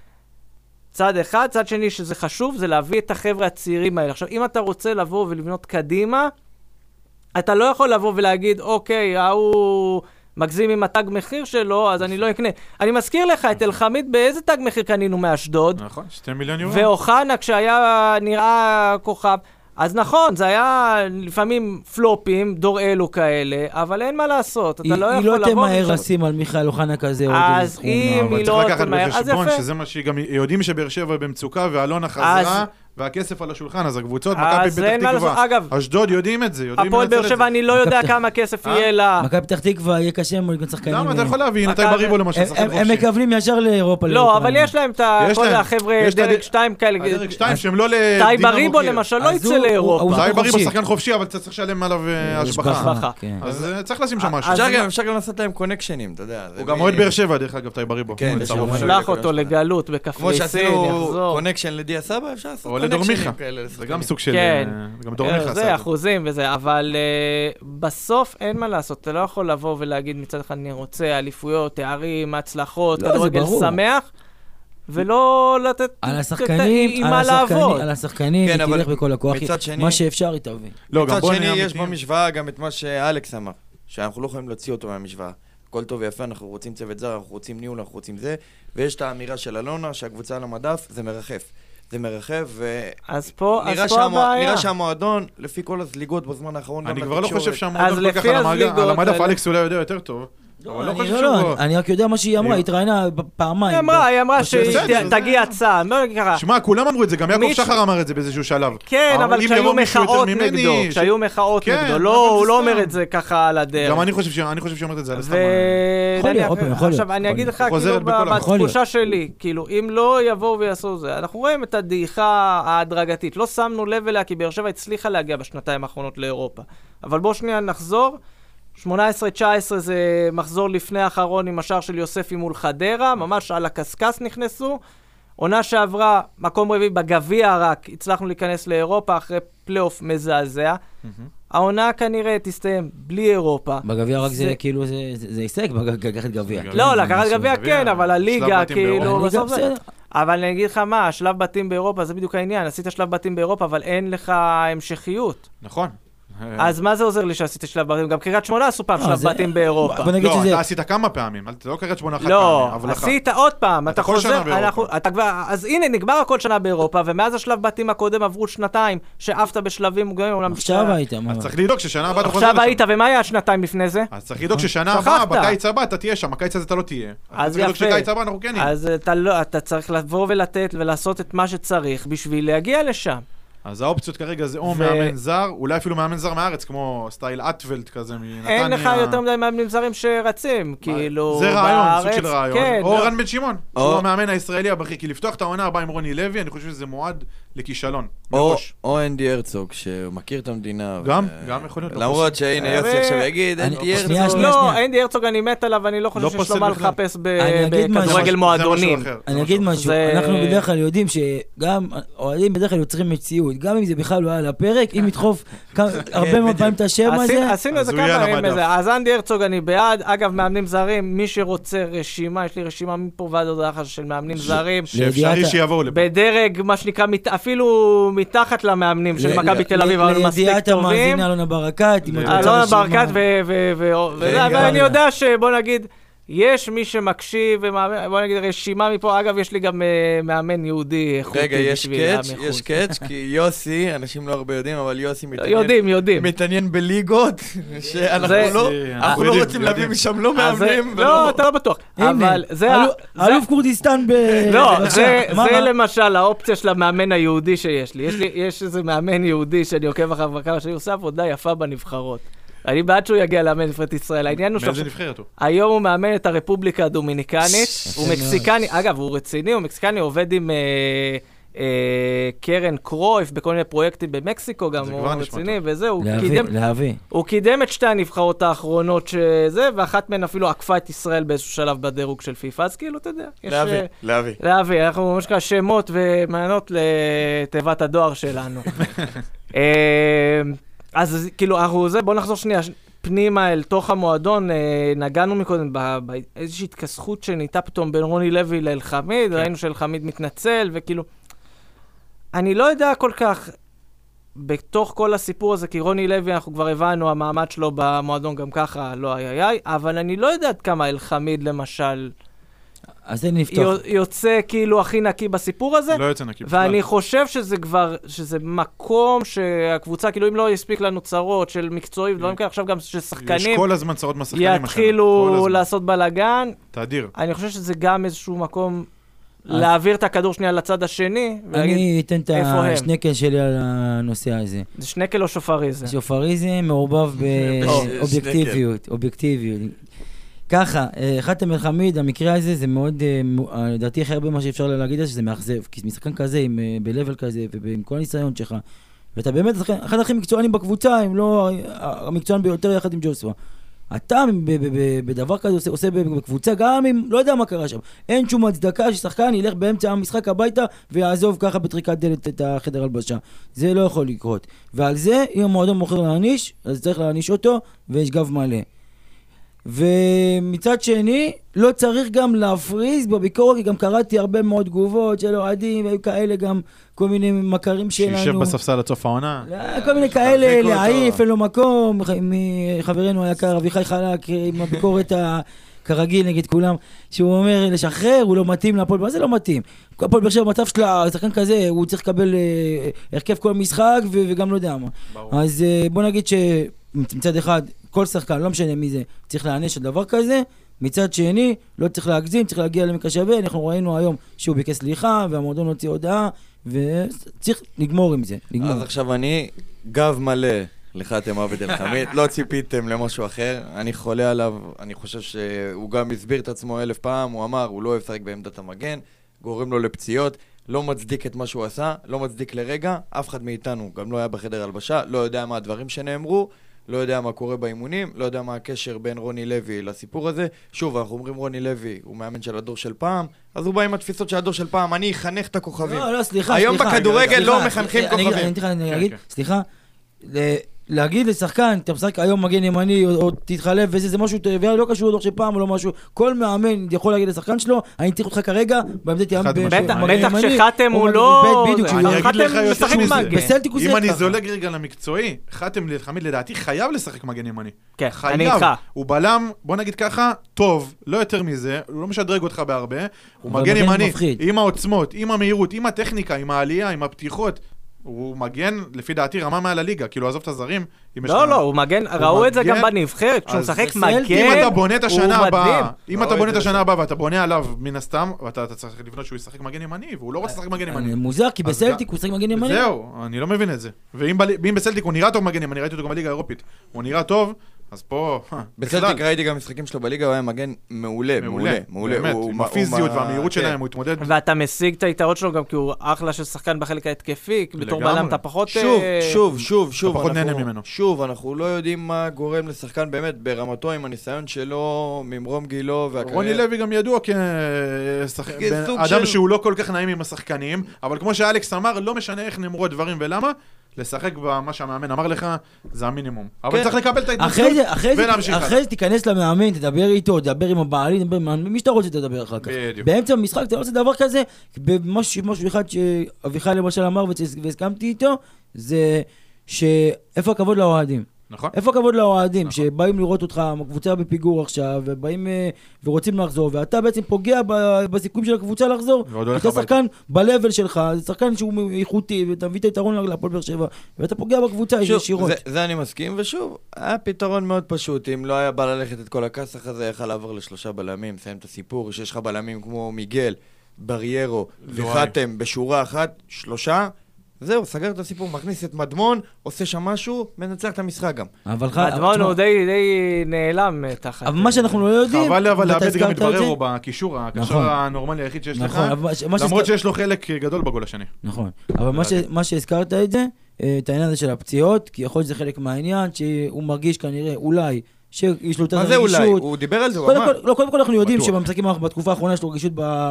צד אחד, צד שני שזה חשוב, זה להביא את החבר'ה הצעירים האלה. עכשיו, אם אתה רוצה לבוא ולבנות קדימה, אתה לא יכול לבוא ולהגיד, אוקיי, הוא מגזים עם התג מחיר שלו, אז אני לא אקנה. אני מזכיר לך את אלחמיד, באיזה תג מחיר קנינו מאשדוד? נכון, 2 מיליון יורו. ואוחנה, כשהיה נראה כוכב, אז נכון, זה היה לפעמים פלופים, דור אלו כאלה, אבל אין מה לעשות, אתה לא יכול לבוא... היא לא תמהר לשים על מיכאל אוחנה כזה עוד איזה סכום. אז אם היא לא תמהר, אז יפה. שזה מה שגם יודעים שבאר שבע במצוקה, ואלונה חזרה, והכסף על השולחן, אז הקבוצות, מכבי פתח תקווה, אשדוד יודעים את זה, יודעים הפועל באר שבע, אני לא יודע כמה כסף יהיה לה. מכבי פתח תקווה יהיה קשה מאוד גם שחקנים. למה? אתה יכול להבין, אתה בריבו למשל שחקן חופשי. הם מכוונים ישר לאירופה. לא, אבל יש להם את כל החבר'ה דרג 2 כאלה. דרג 2 שהם לא טי בריבו למשל לא יצא לאירופה. טי בריבו שחקן חופשי, אבל אתה צריך לשלם עליו השבחה. אז צריך לשים שם משהו. אפשר גם לעשות להם קונקשנים, אתה יודע. הוא גם אוהד באר שבע, דרך אגב, טי בריבו. שלח אותו לגלות בקפריסין, יחזור. קונקשן לדיה סבא, אפשר לעשות או לדור מיכה. זה גם סוג של... גם דור מיכה. זה אחוזים וזה, אבל בסוף אין מה לעשות. אתה לא יכול לבוא ולהגיד מצד אחד אני רוצה אליפויות, תארים, הצלחות, כדורגל שמח, ולא לתת עם מה לעבוד. על השחקנים, תלך בכל הכוח, מה שאפשר היא תביא. מצד שני יש במשוואה גם את מה שאלכס אמר, שאנחנו לא יכולים להוציא אותו מהמשוואה. הכל טוב ויפה, אנחנו רוצים צוות זר, אנחנו רוצים ניהול, אנחנו רוצים זה, ויש את האמירה של אלונה, שהקבוצה על המדף, זה מרחף. זה מרחב, נראה שהמועדון, לפי כל הזליגות בזמן האחרון, אני כבר לא חושב שהמועדון כל כך על המדף, אלכס אולי יודע יותר טוב. אני רק יודע מה שהיא אמרה, היא התראיינה פעמיים. היא אמרה שתגיע הצעה. שמע, כולם אמרו את זה, גם יעקב שחר אמר את זה באיזשהו שלב. כן, אבל כשהיו מחאות נגדו, הוא לא אומר את זה ככה על הדרך. גם אני חושב שאומרת את זה על הסתם. עכשיו, אני אגיד לך, בתחושה שלי, כאילו, אם לא יבואו ויעשו זה, אנחנו רואים את הדעיכה ההדרגתית. לא שמנו לב אליה, כי באר שבע הצליחה להגיע בשנתיים האחרונות לאירופה. אבל בואו שנייה נחזור. 18-19 זה מחזור לפני האחרון עם השער של יוספי מול חדרה, ממש על הקסקס נכנסו. עונה שעברה, מקום רביעי בגביע רק, הצלחנו להיכנס לאירופה אחרי פלייאוף מזעזע. העונה כנראה תסתיים בלי אירופה. בגביע רק זה כאילו, זה הישג, לקחת גביע. לא, לקחת גביע כן, אבל הליגה כאילו... אבל אני אגיד לך מה, שלב בתים באירופה זה בדיוק העניין, עשית שלב בתים באירופה, אבל אין לך המשכיות. נכון. אז מה זה עוזר לי שעשיתי שלב בתים? גם קריית שמונה עשו פעם שלב בתים באירופה. לא, אתה עשית כמה פעמים, אתה לא קריית שמונה אחת פעמים. לא, עשית עוד פעם, אתה חוזר, אז הנה, נגמר הכל שנה באירופה, ומאז השלב בתים הקודם עברו שנתיים, שעפת בשלבים מוגנים. עכשיו היית, מה? אז צריך לדאוג ששנה הבאה אתה חוזר עכשיו היית, ומה היה השנתיים לפני זה? אז צריך לדאוג ששנה הבאה, בקיץ הבא אתה תהיה שם, הקיץ הזה אתה לא תהיה. אז צריך לדאוג שקיץ הבא אנחנו כן נהיה. אז אתה צריך לבוא ולתת ולעשות את מה שצריך בשביל להגיע לשם. אז האופציות כרגע זה או מאמן זר, אולי אפילו מאמן זר מארץ, כמו סטייל אטוולט כזה מנתניה. אין לך יותר מדי מאמנים זרים שרצים, כאילו, זה רעיון, סוג של רעיון. או רן בן שמעון, שהוא המאמן הישראלי הבכיר, כי לפתוח את העונה הבאה עם רוני לוי, אני חושב שזה מועד לכישלון. או אנדי הרצוג, שמכיר את המדינה. גם יכול להיות. למרות שהנה יוסי עכשיו יגיד, אנדי הרצוג. לא, אנדי הרצוג אני מת עליו, אני לא חושב שיש לו מה לחפש בכדורגל מועדונים. אני אגיד משהו, אנחנו בדרך כלל יודעים שגם אוהדים בדרך כלל יוצרים מציאות, גם אם זה בכלל לא היה על הפרק, אם ידחוף הרבה מאוד פעמים את השם הזה. עשינו איזה כמה פעמים איזה. אז אנדי הרצוג אני בעד. אגב, מאמנים זרים, מי שרוצה רשימה, יש לי רשימה מפה ועד עוד אחת של מאמנים זרים. שאפשרי שיבואו לפה. בדרג, מה שנקרא, אפילו מתחת למאמנים של מכבי תל אביב, אבל מספיק טובים. לידיעת המאזין אלונה ברקת. אלונה ברקת, ואני יודע שבוא נגיד, יש מי שמקשיב, בוא נגיד רשימה מפה, אגב יש לי גם מאמן יהודי איכותי. רגע, יש קאץ', כי יוסי, אנשים לא הרבה יודעים, אבל יוסי מתעניין בליגות, שאנחנו לא רוצים להביא משם לא מאמנים. לא, אתה לא בטוח. אבל זה... אלוף כורדיסטן ב... לא, זה למשל האופציה של המאמן היהודי שיש לי. יש איזה מאמן יהודי שאני עוקב אחריו בכמה שאני עושה עבודה יפה בנבחרות. אני בעד שהוא יגיע לאמן נבחרת ישראל. העניין הוא מאיזה נבחרת הוא? היום הוא מאמן את הרפובליקה הדומיניקנית. הוא מקסיקני, אגב, הוא רציני, הוא מקסיקני, עובד עם קרן קרויף בכל מיני פרויקטים במקסיקו, גם הוא רציני, וזהו. הוא קידם את שתי הנבחרות האחרונות שזה, ואחת מהן אפילו עקפה את ישראל באיזשהו שלב בדירוג של פיפ"א, אז כאילו, אתה יודע. להביא. אנחנו ממש ככה שמות ומענות לתיבת הדואר שלנו. אז כאילו, בוא נחזור שנייה פנימה אל תוך המועדון, נגענו מקודם באיזושהי התכסחות שנהייתה פתאום בין רוני לוי לאלחמיד, ראינו שאלחמיד מתנצל, וכאילו, אני לא יודע כל כך, בתוך כל הסיפור הזה, כי רוני לוי, אנחנו כבר הבנו, המעמד שלו במועדון גם ככה, לא איי, אבל אני לא יודעת כמה אלחמיד למשל, אז אין נפתוח. יוצא כאילו הכי נקי בסיפור הזה. לא יוצא נקי. ואני חושב שזה כבר, שזה מקום שהקבוצה, כאילו אם לא יספיק לנו צרות של מקצועי ודברים כאלה, עכשיו גם ששחקנים... יש כל הזמן צרות מהשחקנים. יתחילו לעשות בלגן. תאדיר. אני חושב שזה גם איזשהו מקום להעביר את הכדור שנייה לצד השני. אני אתן את השנקל שלי על הנושא הזה. זה שנקל או שופריזם? שופריזם מעורבב באובייקטיביות. ככה, חתם אל-חמיד, המקרה הזה זה מאוד, לדעתי הכי הרבה מה שאפשר להגיד זה שזה מאכזב, כי משחקן כזה, ב-level כזה, ועם כל הניסיון שלך, ואתה באמת אחד הכי מקצוענים בקבוצה, אם לא המקצוען ביותר יחד עם ג'וסווה. אתה בדבר כזה עושה בקבוצה, גם אם לא יודע מה קרה שם. אין שום הצדקה ששחקן ילך באמצע המשחק הביתה ויעזוב ככה בטריקת דלת את החדר הלבשה. זה לא יכול לקרות. ועל זה, אם המועדון מוכר להעניש, אז צריך להעניש אותו, ויש גב מלא. ומצד שני, לא צריך גם להפריז בביקורת, כי גם קראתי הרבה מאוד תגובות של אוהדים, והיו כאלה גם כל מיני מכרים שלנו. שישב בספסל עד סוף העונה. כל מיני כאלה, להעיף, אין לו מקום, מחברנו היקר, אביחי חלק, עם הביקורת כרגיל נגד כולם, שהוא אומר לשחרר, הוא לא מתאים להפועל, מה זה לא מתאים? הפועל באר שבע במצב שלה, שחקן כזה, הוא צריך לקבל הרכב כל משחק, וגם לא יודע מה. אז בוא נגיד שמצד אחד, כל שחקן, לא משנה מי זה, צריך להעניש על דבר כזה, מצד שני, לא צריך להגזים, צריך להגיע למקרה שווה, אנחנו ראינו היום שהוא ביקש סליחה, והמועדון הוציא הודעה, וצריך לגמור עם זה, לגמור. אז עכשיו אני גב מלא לחתם עבד אל-חמיד, לא ציפיתם למשהו אחר, אני חולה עליו, אני חושב שהוא גם הסביר את עצמו 1000 פעם, הוא אמר, הוא לא אוהב לשחק בעמדת המגן, גורם לו לפציעות, לא מצדיק את מה שהוא עשה, לא מצדיק לרגע, אף אחד מאיתנו גם לא היה בחדר הלבשה, לא יודע מה הדברים שנאמרו, לא יודע מה קורה באימונים, לא יודע מה הקשר בין רוני לוי לסיפור הזה. שוב, אנחנו אומרים רוני לוי, הוא מאמן של הדור של פעם, אז הוא בא עם התפיסות של הדור של פעם, אני אחנך את הכוכבים. לא, סליחה. היום בכדורגל לא מחנכים כוכבים. אני אגיד, סליחה, להגיד לשחקן, אתה משחק היום מגן ימני, או תתחלף וזה, זה משהו טריוויאלי, לא קשור לדוח של פעם או לא משהו. כל מאמן יכול להגיד לשחקן שלו, אני צריך אותך כרגע, בעמדת ימני. בטח שחתם הוא לא... אני אגיד לך יותר מזה. בסלטיק אם אני זולג רגע למקצועי, חתם לדעתי חייב לשחק מגן ימני. כן, אני איתך. הוא בלם, בוא נגיד ככה, טוב, לא יותר מזה, הוא לא משדרג אותך בהרבה, הוא מגן ימני, עם העוצמות, עם המהירות, עם הטכניקה, עם העלייה, עם הפתיחות. הוא מגן, לפי דעתי, רמה מעל הליגה, כאילו עזוב את הזרים. לא, הוא מגן, ראו את זה גם בנבחרת, כשהוא משחק מגן, אם אתה בונה את השנה הבאה, אם אתה בונה את השנה הבאה ואתה בונה עליו מן הסתם, ואתה צריך לבנות שהוא ישחק מגן ימני, והוא לא רוצה לשחק מגן ימני. מוזר, כי בסלטיק הוא ישחק מגן ימני. זהו, אני לא מבין את זה. ואם בסלטיק הוא נראה טוב מגן ימני, ראיתי אותו גם בליגה האירופית, הוא נראה טוב, אז פה... בסלטיק ראיתי גם משחקים שלו בליגה, הוא היה מגן מעולה, מעולה. באמת, עם הפיזיות והמהירות שלהם, הוא התמודד. ואתה משיג את היתרון שלו גם כי הוא אחלה של שחקן בחלק ההתקפי, בתור בלם אתה פחות... שוב, אנחנו לא יודעים מה גורם לשחקן באמת ברמתו עם הניסיון שלו, ממרום גילו והקריירה. רוני לוי גם ידוע כאדם שהוא לא כל כך נעים עם השחקנים, אבל כמו שאלכס אמר, לא משנה איך נאמרו הדברים ולמה, לשחק במה שהמאמן אמר לך, זה המינימום. אבל צריך לקבל את ההתנצלות ולהמשיך. אחרי זה תיכנס למאמן, תדבר איתו, תדבר עם הבעלים, תדבר עם מי שאתה רוצה תדבר אחר כך. באמצע המשחק אתה לא רוצה דבר כזה, משהו אחד שאביחי למשל אמר והסכמתי איתו, זה שאיפה הכבוד לאוהדים. נכון. איפה הכבוד לאוהדים, שבאים לראות אותך, הקבוצה בפיגור עכשיו, ובאים ורוצים לחזור, ואתה בעצם פוגע בסיכויים של הקבוצה לחזור, אתה שחקן בלבל שלך, זה שחקן שהוא איכותי, ואתה מביא את היתרון להפועל באר שבע, ואתה פוגע בקבוצה ישירות. זה אני מסכים, ושוב, היה פתרון מאוד פשוט, אם לא היה בא ללכת את כל הכסח הזה, יכל לעבור ל3 בלמים, סיים את הסיפור, שיש לך בלמים כמו מיגל, בריירו וחתם בשורה אחת, 3, זהו, סגר את הסיפור, מכניס את מדמון, עושה שם משהו, מנצח את המשחק גם. מדמון הוא די נעלם תחת. אבל מה שאנחנו לא יודעים... חבל אבל לאבד גם את בררו בקישור, הקשר הנורמלי היחיד שיש לך, למרות שיש לו חלק גדול בגול השני. נכון, אבל מה שהזכרת את זה, את העניין הזה של הפציעות, כי יכול להיות שזה חלק מהעניין, שהוא מרגיש כנראה אולי, שיש לו יותר רגישות. מה זה אולי? הוא דיבר על זה, הוא אמר. לא, קודם כל אנחנו יודעים שבמשחקים בתקופה האחרונה יש לו רגישות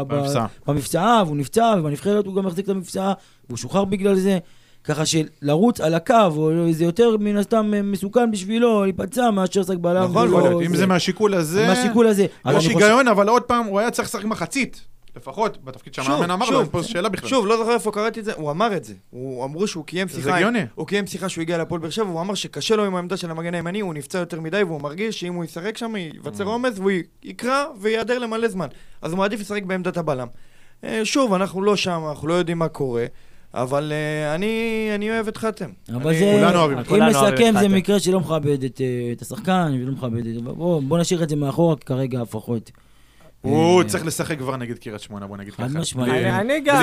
במפצעה, והוא נפצע, ובנבחרת הוא גם מחזיק את המפצעה, והוא שוחרר בגלל זה. ככה שלרוץ על הקו, זה יותר מן הסתם מסוכן בשבילו, להיפצע מאשר שחק בלם. נכון, אם זה מהשיקול הזה, יש היגיון, אבל עוד פעם, הוא היה צריך לשחק מחצית. לפחות, בתפקיד שהמאמן אמר לו, אין פה שאלה בכלל. שוב, לא זוכר איפה קראתי את זה, הוא אמר את זה. הוא אמרו שהוא קיים שיחה שהוא הגיע להפועל באר שבע, והוא אמר שקשה לו עם העמדה של המגן הימני, הוא נפצע יותר מדי, והוא מרגיש שאם הוא ישחק שם, ייווצר עומס, והוא יקרא ויעדר למלא זמן. אז הוא מעדיף לשחק בעמדת הבלם. שוב, אנחנו לא שם, אנחנו לא יודעים מה קורה, אבל אני אוהב את חתם. אבל זה, אם מסכם, זה מקרה שלא מכבד את השחקן, ולא מכבד את... בוא נשאיר את זה מאחורה, כרגע הפחות. הוא צריך לשחק כבר נגד קריית שמונה, בוא נגיד ככה. אני גם,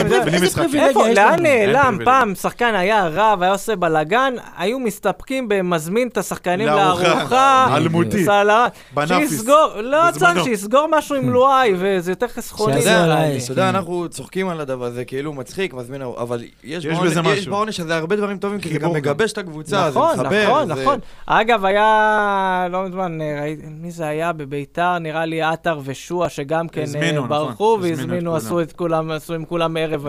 לאן נעלם? פעם שחקן היה רב, היה עושה בלגן, היו מסתפקים במזמין את השחקנים לארוחה, אלמותי, בנאפיס. לא צריך, שיסגור משהו עם לואי, וזה יותר חסכוני. אתה יודע, אנחנו צוחקים על הדבר הזה, כאילו מצחיק, מזמין, אבל יש בעונש שזה הרבה דברים טובים, כי זה גם מגבש את הקבוצה, זה מחבר. נכון. אגב, היה, לא מזמן, מי זה היה בביתר, נראה לי עטר ושועה, גם כן ברחו והזמינו, עשו עם כולם ערב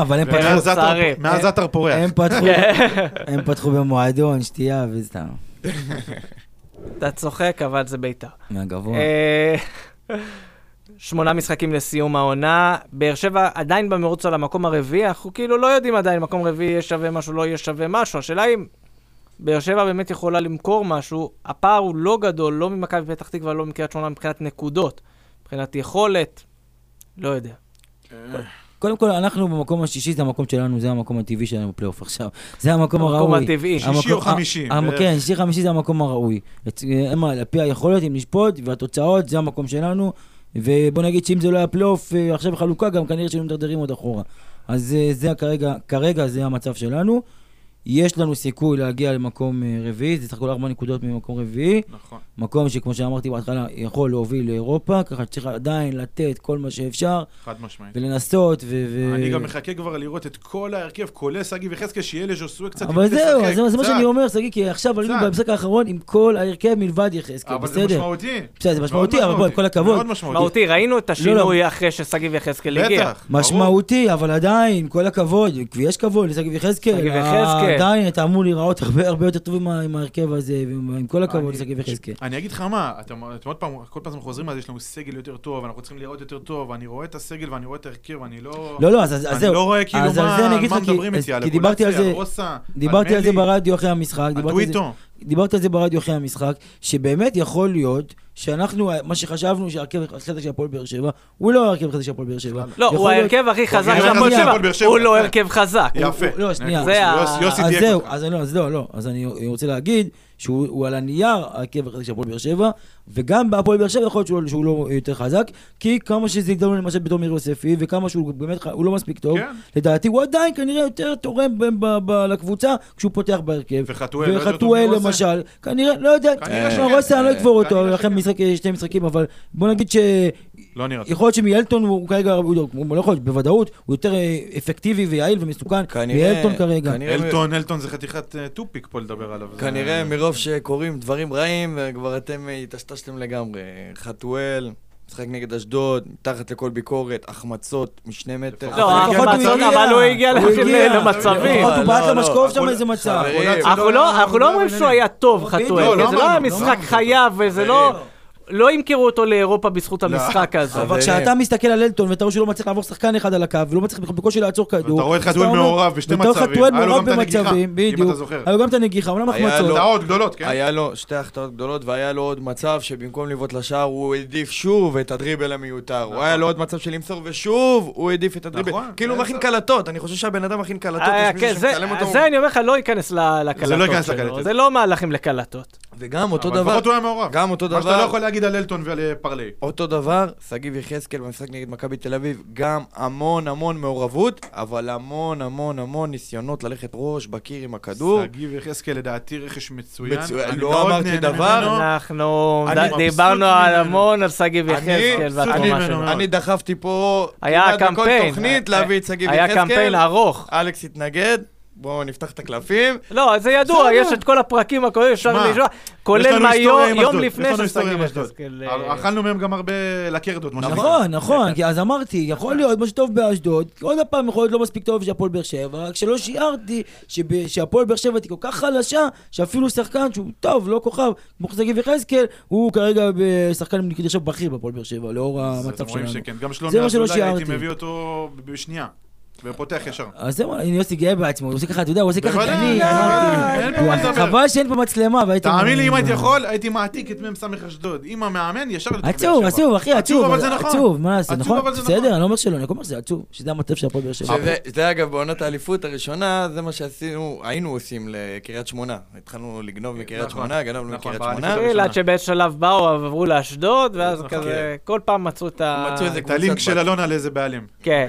צערי. מאז אתר פורח. הם פתחו במועדון, שתייה וסתם. אתה צוחק, אבל זה ביתר. מהגבוה. 8 משחקים לסיום העונה. באר שבע עדיין במרוץ על המקום הרביעי, אנחנו כאילו לא יודעים עדיין מקום רביעי יהיה שווה משהו, לא יהיה שווה משהו. השאלה אם באר שבע באמת יכולה למכור משהו, הפער הוא לא גדול, לא ממכבי פתח תקווה, לא מקריית שמונה מבחינת נקודות. מבחינת יכולת, לא יודע. קודם כל, אנחנו במקום השישי, זה המקום שלנו, זה המקום הטבעי שלנו בפלייאוף עכשיו. זה המקום הראוי. המקום הטבעי. שישי או חמישי. כן, שישי חמישי זה המקום הראוי. על פי היכולת, אם נשפוט, והתוצאות, זה המקום שלנו. ובוא נגיד שאם זה לא היה פלייאוף, עכשיו חלוקה, גם כנראה שלנו מדרדרים עוד אחורה. אז זה כרגע זה המצב שלנו. יש לנו סיכוי להגיע למקום רביעי, זה צריך 4 נקודות ממקום רביעי. נכון. מקום שכמו שאמרתי בהתחלה, יכול להוביל לאירופה, ככה שצריך עדיין לתת כל מה שאפשר. חד משמעית. ולנסות אני גם מחכה כבר לראות את כל ההרכב, כולל סגי וחזקאל, שיהיה לז'וסוי קצת. אבל זהו, זה מה שאני אומר, סגי, כי עכשיו עלינו במשחק האחרון עם כל ההרכב מלבד יחזקאל, בסדר? אבל זה משמעותי. בסדר, זה משמעותי, אבל בוא, עם כל הכבוד. משמעותי, ראינו את השינוי אחרי שסגי וחזקאל הגיע. משמעותי, אבל עדיין, כל הכבוד, ויש כבוד לסגי וחזקאל. עדיין אתה אמור להיראות הרבה יותר טוב עם ההרכב הזה, ועם כל הכבוד לשגיב יחזקאל. אני אגיד לך מה, אתם עוד פעם, כל פעם אנחנו חוזרים על זה, יש לנו סגל יותר טוב, אנחנו צריכים לראות יותר טוב, אני רואה את הסגל ואני רואה את ההרכב, אני לא... אז אני לא רואה כאילו מה מדברים איתי, על דיברתי על זה ברדיו אחרי המשחק, דיברתי על זה ברדיו אחרי המשחק, שבאמת יכול להיות שאנחנו, מה שחשבנו שהרכב החזק של הפועל באר שבע, הוא לא הרכב החזק של הפועל באר שבע. לא, הוא ההרכב הכי חזק של הפועל באר שבע, הוא לא הרכב חזק. יפה. לא, שנייה. יוסי תהיה ככה. אז אני רוצה להגיד שהוא על הנייר הרכב החזק של הפועל באר שבע, וגם בהפועל באר שבע יכול להיות שהוא לא יותר חזק, כי כמה שזה יגדלנו למשל בתור מיר יוספי, וכמה שהוא באמת, הוא לא מספיק טוב, לדעתי הוא עדיין כנראה יותר תורם לקבוצה כשהוא פותח בהרכב. וחתואל למשל, כנראה, לא יודע, רוסה אני לא אקבור אותו, אחרי שתי משחקים, אבל בוא נגיד ש... יכול להיות שמילטון הוא כרגע, הוא לא יכול להיות, בוודאות, הוא יותר אפקטיבי ויעיל ומסוכן, מילטון כרגע. אלטון זה חתיכת טופיק פה לדבר עליו. כנראה מרוב שקוראים דברים רעים, וכבר אתם התשתשתם לגמרי. חתואל, משחק נגד אשדוד, מתחת לכל ביקורת, החמצות משני מטר. לא, החמצות, אבל הוא הגיע למצבים. הוא בא למשקוף שם איזה מצב. אנחנו לא אומרים שהוא היה טוב, חתואל, זה לא היה משחק חייב, וזה לא ימכרו אותו לאירופה בזכות המשחק הזה. אבל כשאתה מסתכל על אלטון ואתה רואה שהוא לא מצליח לעבור שחקן אחד על הקו, ולא מצליח בקושי לעצור כדור. אתה רואה את חתואל מעורב בשתי מצבים. חתואל מעורב במצבים, בדיוק. היה לו גם את הנגיחה, אבל לא מחמצות. החטאות גדולות, כן? היה לו שתי החטאות גדולות, והיה לו עוד מצב שבמקום לבעוט לשער, הוא העדיף שוב את הדריבל המיותר. הוא היה לו עוד מצב של למסור, ושוב הוא העדיף את הדריבל. כאילו הוא מכין קלטות, אני חושב שהבן אדם מכין קלטות, יש מישהו שמצלם אותו. זה אני אומר לך, לא ייכנס לקלטות שלו. זה לא מהלכים לקלטות. וגם אותו דבר, גם אותו דבר, מה שאתה לא יכול להגיד על אלטון ועל פרלי. אותו דבר, שגיב יחזקאל במשחק נגד מכבי תל אביב, גם המון מעורבות, אבל המון ניסיונות ללכת ראש בקיר עם הכדור. שגיב יחזקאל לדעתי רכש מצוין. לא אמרתי דבר. אנחנו דיברנו על המון על שגיב יחזקאל והתרומה שלו. אני דחפתי פה כמעט בכל תוכנית להביא את שגיב יחזקאל. היה קמפיין ארוך. אלכס התנגד. בואו נפתח את הקלפים. לא, זה ידוע, יש את כל הפרקים הכוללים, אפשר לשמוע, כולל יום לפני ששגיב יחזקאל. אכלנו מהם גם הרבה לקרדות. נכון, כי אז אמרתי, יכול להיות משהו טוב באשדוד, עוד הפעם יכול להיות לא מספיק טוב שהפועל באר שבע, רק שלא שיערתי שהפועל באר שבע היא כל כך חלשה, שאפילו שחקן שהוא טוב, לא כוכב, כמו שגיב יחזקאל, הוא כרגע שחקן עכשיו בכיר בפועל באר שבע, לאור המצב שלנו. גם שלומי אזולאי הייתי מביא אותו בשנייה. ופותח ישר. אז זהו, אני יוסי גאה בעצמו, הוא עושה ככה, אתה יודע, הוא עושה ככה, חבל שאין פה מצלמה, תאמין לי, אם הייתי יכול, הייתי מעתיק את מ"ס אשדוד. עם המאמן, ישר לתוך באר שבע. עצוב, אחי, עצוב. אבל זה נכון. עצוב, מה זה, נכון? בסדר, אני לא אומר שלא, אני אומר שזה עצוב, שזה המצב של הפועל באר שבע. זה אגב, בעונת האליפות הראשונה, זה מה שעשינו, היינו עושים לקריית שמונה. התחלנו לגנוב מקריית שמונה, גנבנו מקריית שמונה. עד שבאיזשהו שלב באו, עברו לאשדוד, ואז כזה, כל פעם מצאו את הלינק של אלונה לאיזה בעלים. כן.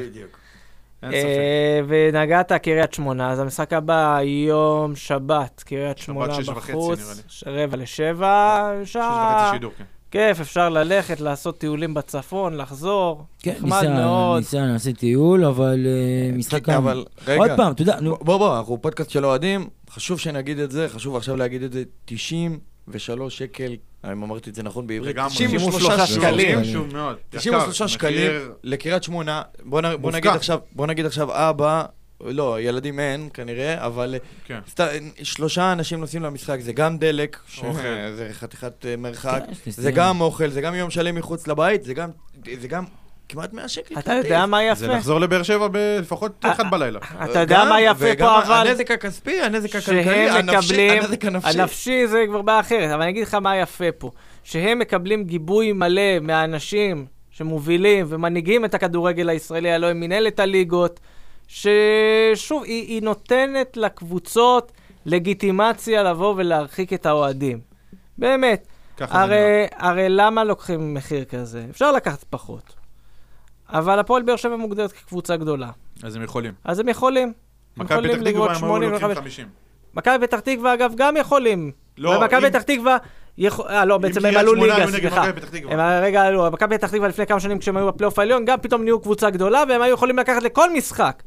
ונגעת קריית שמונה, אז המשחק הבא יום שבת, קריית שמונה בחוץ, 6:45, 6:45 שידור, כן. כיף, אפשר ללכת, לעשות טיולים בצפון, לחזור, נחמד מאוד. ניסה, נעשה טיול, אבל משחק גם. עוד פעם, אתה יודע, בוא, אנחנו פודקאסט של אוהדים, חשוב שנגיד את זה, חשוב עכשיו להגיד את זה, 93 שקל, אם אמרתי את זה נכון בעברית, 93 שקלים, 93 שקלים לקריית שמונה, בוא נגיד עכשיו אבא, לא, ילדים אין כנראה, אבל 3 אנשים נוסעים למשחק, זה גם דלק, זה חתיכת מרחק, זה גם אוכל, זה גם יום שלם מחוץ לבית, זה גם כמעט 100 שקל. אתה יודע מה יפה? זה לחזור לבאר שבע לפחות 1 בלילה. אתה יודע מה יפה פה, אבל... הנזק הכספי, הנזק הכלכלי, הנזק הנפשי. הנפשי זה כבר בעיה אחרת, אבל אני אגיד לך מה יפה פה. שהם מקבלים גיבוי מלא מהאנשים שמובילים ומנהיגים את הכדורגל הישראלי, הלוא הם מנהלת הליגות, ששוב, היא נותנת לקבוצות לגיטימציה לבוא ולהרחיק את האוהדים. באמת. הרי למה לוקחים מחיר כזה? אפשר לקחת פחות. אבל הפועל באר שבע מוגדרת כקבוצה גדולה. אז הם יכולים. מכבי פתח תקווה הם היו לוקחים 50. מכבי פתח תקווה אגב גם יכולים. לא, מכבי פתח תקווה לא, בעצם הם עלו ליגה, סליחה. רגע, לא, מכבי פתח תקווה לפני כמה שנים כשהם היו בפלייאוף העליון, גם פתאום נהיו קבוצה גדולה, והם היו יכולים לקחת לכל משחק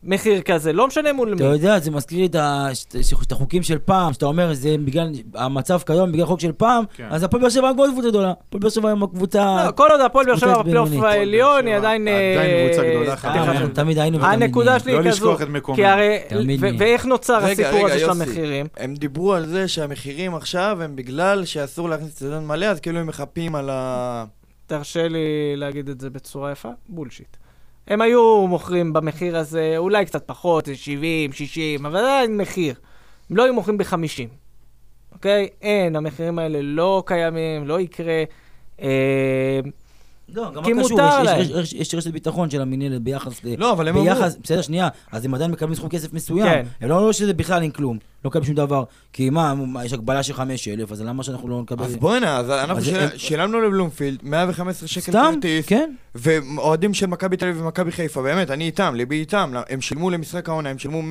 מחיר כזה, לא משנה מול מי. אתה יודע, זה מזכיר את החוקים של פעם, שאתה אומר, זה בגלל המצב כיום, בגלל חוק של פעם, אז הפועל באר שבע היא קבוצה גדולה. הפועל באר שבע היא הקבוצה... כל עוד הפועל באר שבע בפלייאוף העליון, היא עדיין קבוצה גדולה. תמיד היינו ותמיד. הנקודה שלי היא כזו, ואיך נוצר הסיפור הזה של המחירים? הם דיברו על זה שהמחירים עכשיו הם בגלל שאסור להכניס אצטדיון מלא, אז כאילו הם מחפים על ה... תרשה לי להגיד את זה בצורה יפה, בולשיט. הם היו מוכרים במחיר הזה, אולי קצת פחות, 70, 60, אבל עדיין מחיר. הם לא היו מוכרים ב-50. אוקיי? אין, המחירים האלה לא קיימים, לא יקרה. לא, גם מה קשור, יש רשת ביטחון של המינהלת ביחס... לא, אבל הם אמרו... בסדר, שנייה, אז הם עדיין מקבלים סכום כסף מסוים. הם לא אומרים שזה בכלל אין כלום, לא מקבלים שום דבר. כי מה, יש הגבלה של 5,000, אז למה שאנחנו לא נקבל... אז בואי נה, אז אנחנו שילמנו לבלומפילד 115 שקל כרטיס, ואוהדים של מכבי תל אביב ומכבי חיפה, באמת, אני איתם, ליבי איתם, הם שילמו למשחק העונה, הם שילמו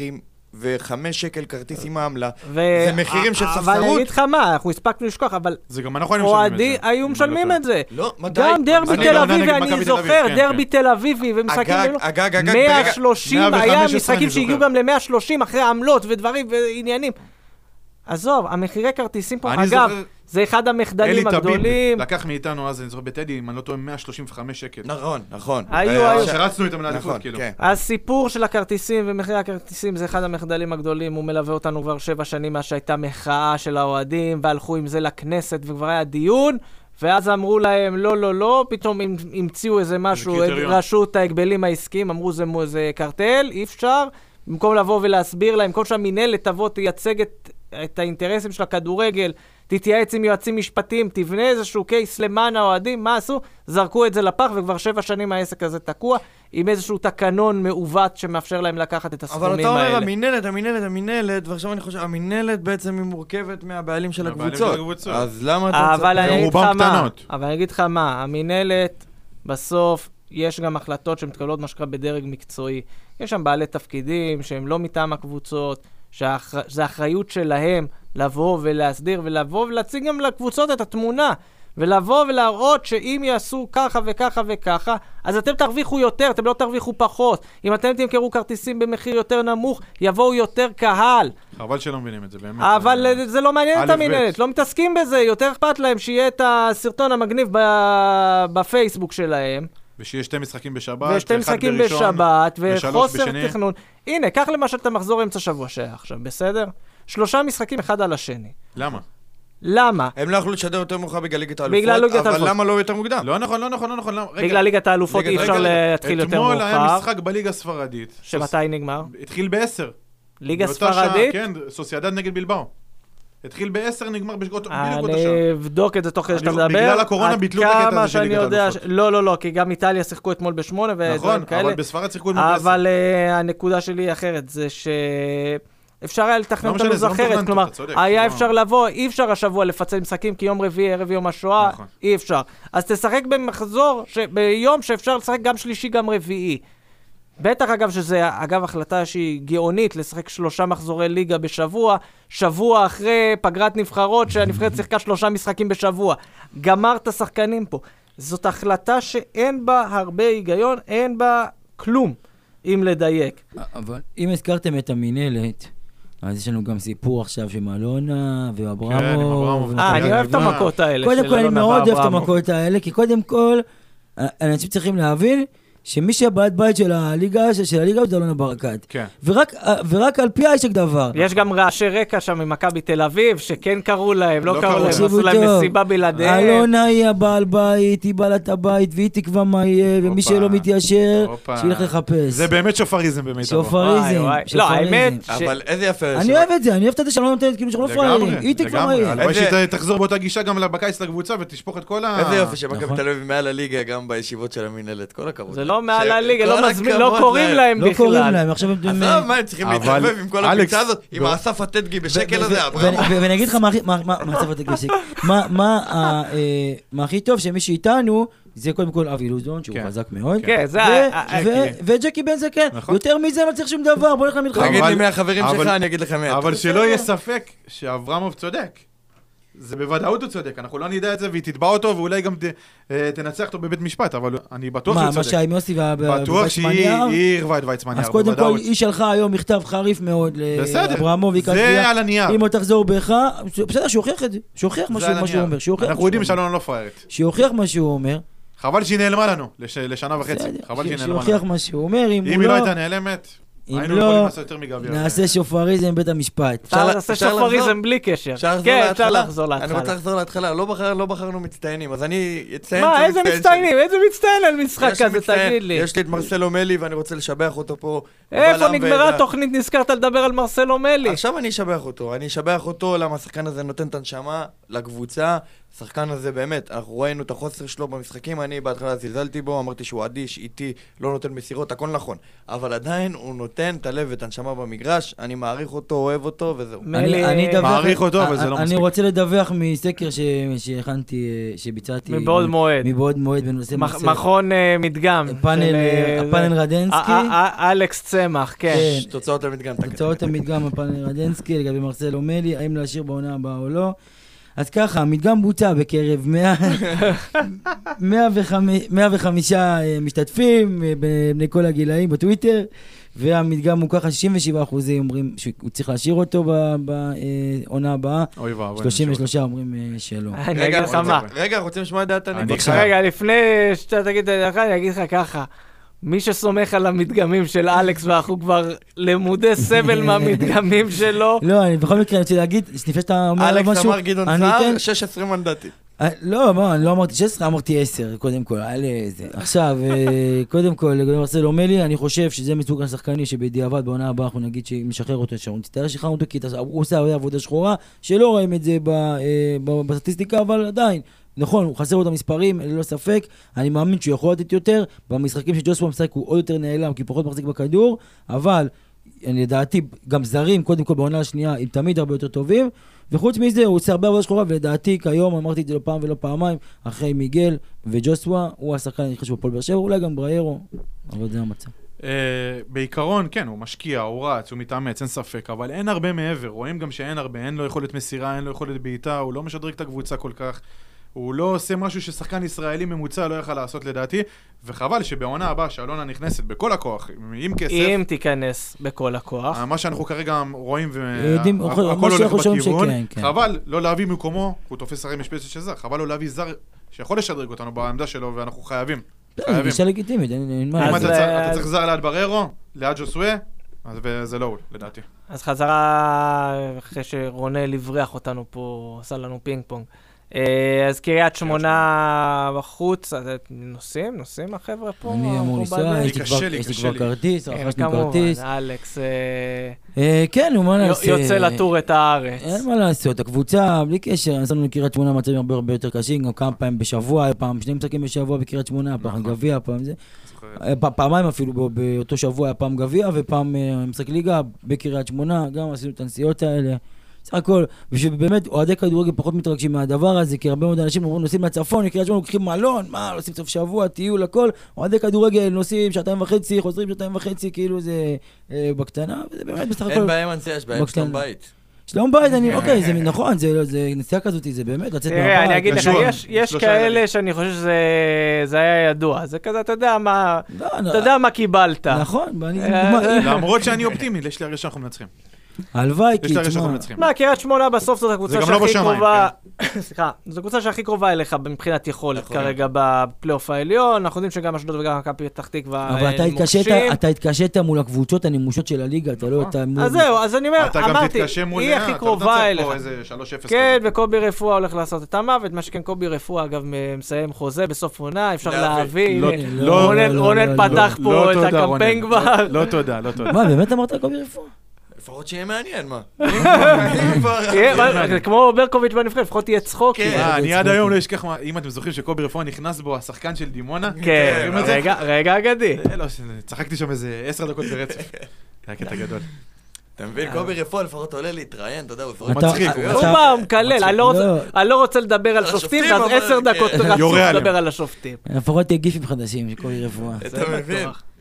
125 שקל כרטיס עם העמלה. זה מחירים של ספסרות. אבל אני אגיד לך מה, אנחנו הספקנו לשכוח, אבל אוהדים היו משלמים את זה. גם דרבי תל אביבי, אני זוכר, דרבי תל אביבי ומשחקים 130, היה משחקים שהגיעו גם ל-130 אחרי עמלות ודברים ועניינים. עזוב, המחירי כרטיסים פה, אגב, זה אחד המחדלים הגדולים. לקח מאיתנו אז, אני זוכר בטדי, אם אני לא טועה, 135 שקל. נכון. שרצנו איתם לאליפות, כאילו. הסיפור של הכרטיסים ומחירי הכרטיסים זה אחד המחדלים הגדולים, הוא מלווה אותנו כבר 7 שנים מאז שהייתה מחאה של האוהדים, והלכו עם זה לכנסת וכבר היה דיון, ואז אמרו להם, לא, פתאום המציאו איזה משהו, רשות ההגבלים העסקיים, אמרו זה קרטל, אי אפשר, במקום לבוא ולהסביר להם, כל שהמינהלת תבוא תייצג את האינטרסים של הכדורגל, תתייעץ עם יועצים משפטיים, תבנה איזשהו קייס למען האוהדים, מה עשו? זרקו את זה לפח, וכבר 7 שנים העסק הזה תקוע, עם איזשהו תקנון מעוות שמאפשר להם לקחת את הסכומים האלה. אבל אתה אומר, המינהלת, ועכשיו אני חושב, המינהלת בעצם היא מורכבת מהבעלים של הקבוצות. אז למה אתה אבל אני אגיד לך מה, המינהלת, בסוף, יש גם החלטות שמתקבלות מה שקרה בדרג מקצועי. יש שם בעלי תפקידים שהם לא מטעם הקבוצות, שזה האחריות שלהם לבוא ולהסדיר ולבוא ולהציג גם לקבוצות את התמונה ולבוא ולהראות שאם יעשו ככה וככה וככה אז אתם תרוויחו יותר, אתם לא תרוויחו פחות. אם אתם תמכרו כרטיסים במחיר יותר נמוך יבואו יותר קהל. חבל שלא מבינים את זה באמת. אבל זה לא מעניין את המינהלת, לא מתעסקים בזה, יותר אכפת להם שיהיה את הסרטון המגניב בפייסבוק שלהם ושיש 2 משחקים בשבת, ושתי משחקים בשבת, וחוסר תכנון. הנה, קח למשל את המחזור אמצע שבוע שהיה עכשיו, בסדר? 3 משחקים אחד על השני. למה? הם לא יכלו לשדר יותר מאוחר בגלל ליגת האלופות, אבל למה לא יותר מוקדם? לא נכון. בגלל ליגת האלופות אי אפשר להתחיל יותר מאוחר. אתמול היה משחק בליגה הספרדית. שמתי נגמר? התחיל ב-10. ליגה ספרדית? כן, סוסיידד נגד בלבאו. התחיל ב-10, נגמר בדיוק אותה שעה. אני אבדוק את זה תוך כדי שאתה מדבר. בגלל הקורונה ביטלו את הקטע הזה של ליגת האלופות. לא, כי גם איטליה שיחקו אתמול ב8 ודברים כאלה. אבל בספרד שיחקו אתמול ב10. אבל הנקודה שלי היא אחרת, זה שאפשר היה לתכנן את הלו"ז אחרת. כלומר, היה אפשר לבוא, אי אפשר השבוע לפצל משחקים, כי יום רביעי, ערב יום השואה, אי אפשר. אז תשחק במחזור, ביום שאפשר לשחק גם שלישי, גם רביעי. בטח אגב שזה, החלטה שהיא גאונית לשחק 3 מחזורי ליגה בשבוע, שבוע אחרי פגרת נבחרות שהנבחרת שיחקה 3 משחקים בשבוע. גמרת שחקנים פה. זאת החלטה שאין בה הרבה היגיון, אין בה כלום, אם לדייק. אבל אם הזכרתם את המינהלת, אז יש לנו גם סיפור עכשיו עם אלונה ואברמוב. אני אוהב את המכות האלה. קודם כל אני מאוד אוהב את המכות האלה, כי קודם כל אנשים צריכים להבין שמי שבעד בית של הליגה, זה אלונה ברקת. כן. ורק על פי העסק דבר. יש גם רעשי רקע שם ממכבי תל אביב, שכן קראו להם, לא קראו להם, עשו להם מסיבה בלעדיהם. אלונה היא הבעל בית, היא בעלת הבית, והיא תקבע מה יהיה, ומי שלא מתיישר, שילך לחפש. זה באמת שופריזם במיטבו. שופריזם. לא, האמת אבל איזה יפה. אני אוהב את זה, אני אוהב את זה שלא נותנת כאילו שלא פריירים. היא תקבע מה יהיה. הלוואי שתחזור באותה גישה גם בקיץ לקבוצה ותשפוך את כל איזה יופי שמכבי תל אביב מעל הליגה גם בישיבות של המינהלת. כל הכבוד. לא מעל הליגה, לא קוראים להם בכלל. לא קוראים להם, עכשיו הם... מה הם צריכים להתחבב עם כל הביצה הזאת, עם האסף הטדגי בשקל הזה, ואני אגיד לך מה האסף הטדגי בשקל. מה הכי טוב שמי שאיתנו, זה קודם כל אבי לוזון, שהוא חזק מאוד. כן, זה... וג'קי בן זה כן. יותר מזה לא צריך שום דבר, בוא נלך למלחמה. תגיד לי מהחברים שלך, אני אגיד לך מי. אבל שלא יהיה ספק שאברמוב צודק. זה בוודאות הוא צודק, אנחנו לא נדע את זה, והיא תתבע אותו, ואולי גם תנצח אותו בבית משפט, אבל אני בטוח שהוא צודק. מה שהיה עם יוסי ויצמניאר? בטוח שהיא הרווה את ויצמניאר, אז קודם כל, היא שלחה היום מכתב חריף מאוד לאברמוביץ'. זה על הנייר. אם לא תחזור בך, בסדר, שיוכיח את זה, שיוכיח מה שהוא אומר. אנחנו יודעים שאלונה לא פראיירת. שיוכיח מה שהוא אומר. חבל שהיא נעלמה לנו, לשנה וחצי. חבל שהיא נעלמה לנו. שיוכיח מה שהוא אומר, אם היא לא הייתה נעלמת, היינו יכולים לעשות יותר מגביע. נעשה שופריזם בית המשפט. נעשה שופריזם בלי קשר. כן, אפשר לחזור להתחלה. אני רוצה לחזור להתחלה, לא בחרנו מצטיינים, אז אני אציין... מה, איזה מצטיינים? איזה מצטיין על משחק כזה, תגיד לי. יש לי את מרסלו מלי ואני רוצה לשבח אותו פה. איפה נגמרה התוכנית, נזכרת לדבר על מרסלו מלי? עכשיו אני אשבח אותו, למה השחקן הזה נותן את הנשמה לקבוצה. השחקן הזה באמת, אנחנו ראינו את החוסר שלו במשחקים, אני בהתחלה זלזלתי בו, אמרתי שהוא אדיש, איטי, לא נותן מסירות, הכל נכון. אבל עדיין הוא נותן את הלב ואת הנשמה במגרש, אני מעריך אותו, אוהב אותו, וזהו. אני מעריך אותו, אבל זה לא מספיק. אני רוצה לדווח מסקר שהכנתי, שביצעתי... מבעוד מועד בנושא מכון מדגם. הפאנל רדנסקי. אלכס צמח, כן. תוצאות המדגם. תוצאות המדגם, הפאנל רדנסקי, לגבי מרסלו מלי, האם להשאיר בעונה הבאה או לא. אז ככה, המדגם בוצע בקרב 105 משתתפים בני כל הגילאים בטוויטר, והמדגם הוא ככה 67% אומרים שהוא צריך להשאיר אותו בעונה הבאה, 33 אומרים שלא. אני אגיד לך מה. רגע, רוצים לשמוע את דעת אני? רגע, לפני שאתה תגיד את זה, אני אגיד לך ככה. מי שסומך על המדגמים של אלכס, ואנחנו כבר למודי סבל מהמדגמים שלו. לא, אני בכל מקרה רוצה להגיד, לפני שאתה אומר משהו... אלכס אמר גדעון סער, 16 מנדטים. לא, אני לא אמרתי 16, אמרתי 10, קודם כל. עכשיו, קודם כל, לגבי מרסלו מלי, אני חושב שזה מסוג השחקני שבדיעבד בעונה הבאה אנחנו נגיד שמשחרר אותו, שאנחנו נצטער שחררנו אותו, כי הוא עושה עבודה שחורה, שלא רואים את זה בסטטיסטיקה, אבל עדיין. נכון, הוא חסר עוד המספרים, ללא ספק, אני מאמין שהוא יכול לתת יותר, במשחקים שג'וסווה משחק הוא עוד יותר נעלם, כי פחות מחזיק בכדור, אבל לדעתי גם זרים, קודם כל בעונה השנייה, הם תמיד הרבה יותר טובים, וחוץ מזה הוא עושה הרבה עבודה שחורה, ולדעתי כיום, אמרתי את זה לא פעם ולא פעמיים, אחרי מיגל וג'וסווה, הוא השחקן אני חושב בפועל באר שבע, אולי גם בריירו, אבל זה המצב. בעיקרון, כן, הוא משקיע, הוא רץ, הוא מתאמץ, אין ספק, אבל אין הרבה מעבר, רואים גם שאין הרבה, אין לו יכולת מסירה, אין לו יכולת בעיטה, הוא לא משדרג את הקבוצה כל כך. הוא לא עושה משהו ששחקן ישראלי ממוצע לא יוכל לעשות לדעתי, וחבל שבעונה הבאה שאלונה נכנסת בכל הכוח, עם כסף... אם תיכנס בכל הכוח. מה שאנחנו כרגע רואים, והכל הולך בכיוון, חבל לא להביא מקומו, הוא תופס שרי משפצת של זר, חבל לא להביא זר שיכול לשדרג אותנו בעמדה שלו, ואנחנו חייבים. זה גישה לגיטימית, אם אתה צריך זר ליד בריירו, ליד ג'וסווה, וזה לא הוא, לדעתי. אז חזרה אחרי שרונל הבריח אותנו פה, עשה לנו פינג פונג. אז קריית שמונה בחוץ, נוסעים החבר'ה פה. אני אמור לנסוע, יש לי כבר כרטיס, רכשנו כרטיס. אלכס כן, מה לעשות? יוצא לטור את הארץ. אין מה לעשות, הקבוצה, בלי קשר, נסענו לקריית שמונה מצבים הרבה יותר קשים, גם כמה פעמים בשבוע, פעם 2 משחקים בשבוע בקריית שמונה, פעם גביע, פעם זה. פעמיים אפילו באותו שבוע, פעם גביע ופעם משחק ליגה בקריית שמונה, גם עשינו את הנסיעות האלה. סך הכל, ובאמת אוהדי כדורגל פחות מתרגשים מהדבר הזה, כי הרבה מאוד אנשים נוסעים לצפון, לקריית שמונה, לוקחים מלון, עושים סוף שבוע, טיול, הכל, אוהדי כדורגל נוסעים 2.5 שעות, חוזרים 2.5 שעות, כאילו זה בקטנה, וזה באמת בסך הכל... אין בעיה מנסיעה, יש בעיה שלום בית. שלום בית, אוקיי, זה נכון, זה נסיעה כזאת, זה באמת, לצאת מהבית. תראה, אני אגיד לך, יש כאלה שאני חושב שזה היה ידוע, זה כזה, אתה יודע מה קיבלת. נכון, למרות שאני אופטימי, יש לי הרגשה שאנחנו מנצחים. הלוואי, כי מה, קריית שמונה בסוף זאת הקבוצה שהכי קרובה, סליחה, זו הקבוצה שהכי קרובה אליך מבחינת יכולת כרגע בפלייאוף העליון, אנחנו יודעים שגם אשדוד וגם מכבי פתח תקווה אבל אתה התקשית מול הקבוצות הנמושות של הליגה, אתה לא... אז זהו, אז אני אומר, אמרתי, היא הכי קרובה אליך. כן, וקובי רפואה הולך לעשות את המוות, מה שכן קובי רפואה אגב מסיים חוזה בסוף עונה, אפשר להביא, רונן פתח פה את הקמפיין כבר. לא תודה, לא תודה. מה, באמת אמרת קובי רפואה? לפחות שיהיה מעניין, מה? כמו ברקוביץ' בנבחרת, לפחות תהיה צחוק. אני עד היום לא אשכח, אם אתם זוכרים שקובי רפואה נכנס בו, השחקן של דימונה. כן, רגע אגדי. לא, צחקתי שם איזה 10 דקות ברצף. זה היה קטע גדול. אתה מבין, קובי רפואה לפחות עולה להתראיין, אתה יודע, הוא מצחיק. הוא בא, הוא מקלל, אני לא רוצה לדבר על שופטים, אז 10 דקות רצוף לדבר על השופטים. לפחות תהיה גיפים חדשים, קובי רפואה. אתה מבין?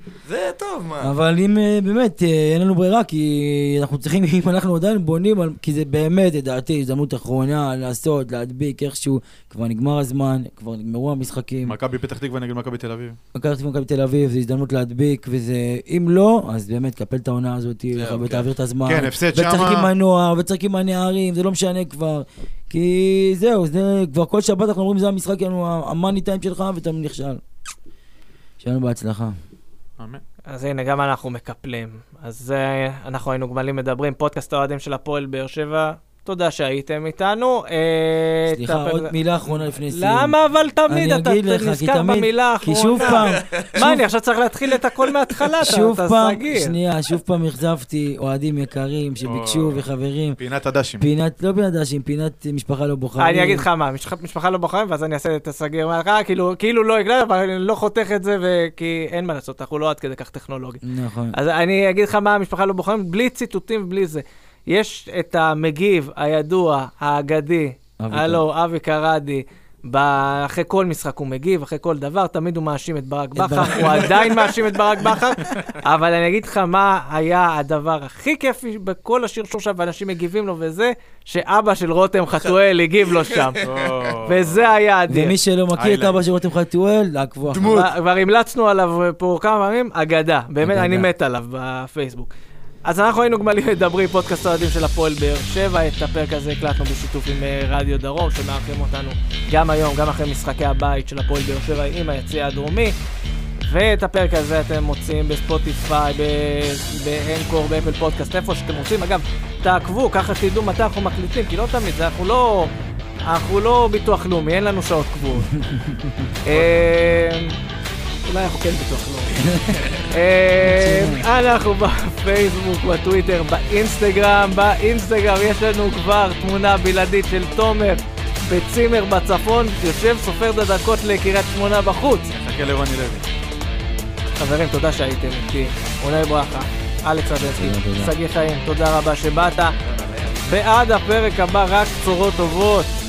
זה טוב, מה? אבל אם באמת, אין לנו ברירה, כי אנחנו צריכים, אם אנחנו עדיין בונים, כי זה באמת, לדעתי, הזדמנות אחרונה לעשות, להדביק איכשהו, כבר נגמר הזמן, כבר נגמרו המשחקים. מכבי פתח תקווה נגד מכבי תל אביב. מכבי תל אביב, זה הזדמנות להדביק, וזה, אם לא, אז באמת, קפל את העונה הזאת, ותעביר את הזמן. כן, הפסד שמה. וצריך עם הנוער, וצריך עם הנערים, זה לא משנה כבר. כי זהו, זה כבר כל שבת אנחנו אומרים, זה המשחק, המאני טיים שלך, ואתה נכשל. שלנו בהצלחה. אמן. אז הנה, גם אנחנו מקפלים. אז אנחנו היינו גמלים מדברים, פודקאסט האוהדים של הפועל באר שבע. תודה שהייתם איתנו. סליחה, עוד מילה אחרונה לפני סיום. למה אבל תמיד אתה נזכר במילה האחרונה? כי שוב פעם... מה, אני עכשיו צריך להתחיל את הכל מההתחלה, אתה סגיר. שנייה, שוב פעם החזבתי אוהדים יקרים שביקשו וחברים. פינת הדשים. לא פינת הדשים, פינת משפחה לא בוחרים. אני אגיד לך מה, משפחה לא בוחרים, ואז אני אעשה את הסגיר מהלכה, כאילו לא הגלל, אבל אני לא חותך את זה, כי אין מה לעשות, אנחנו לא עד כדי כך טכנולוגי. נכון. אז אני אגיד לך מה, המשפחה לא בוחרים, בלי ציטוטים ובלי זה. יש את המגיב הידוע, האגדי, אבי קרדי, אחרי כל משחק הוא מגיב, אחרי כל דבר, תמיד הוא מאשים את ברק בכר, הוא עדיין מאשים את ברק בכר, אבל אני אגיד לך מה היה הדבר הכי כיפי בכל השרשור שם, ואנשים מגיבים לו, וזה שאבא של רותם חתואל הגיב לו שם. וזה היה אדיר. ומי שלא מכיר את אבא של רותם חתואל, לעקבו אחר. כבר המלצנו עליו פה כמה פעמים, אגדה. באמת, אני מת עליו בפייסבוק. אז אנחנו היינו גמלים מדברים, פודקאסט האוהדים של הפועל באר שבע. את הפרק הזה הקלטנו בשיתוף עם רדיו דרום, שמארחים אותנו גם היום, גם אחרי משחקי הבית של הפועל באר שבע עם היציע הדרומי. ואת הפרק הזה אתם מוצאים בספוטיפיי, באנקור, באפל פודקאסט, איפה שאתם רוצים. אגב, תעקבו, ככה תדעו מתי אנחנו מקליטים, כי לא תמיד, אנחנו לא ביטוח לאומי, אין לנו שעות קבועות. אולי אנחנו כן ביטוח לאומי. אנחנו בפייסבוק, בטוויטר, באינסטגרם יש לנו כבר תמונה בלעדית של תומר בצימר בצפון, יושב סופר את הדקות לקריית שמונה בחוץ. חכה לרוני לוי. חברים, תודה שהייתם איתי. אולי ברכה, אלכס אדסקי, סגי חיים, תודה רבה שבאת. בעד הפרק הבא רק בשורות טובות.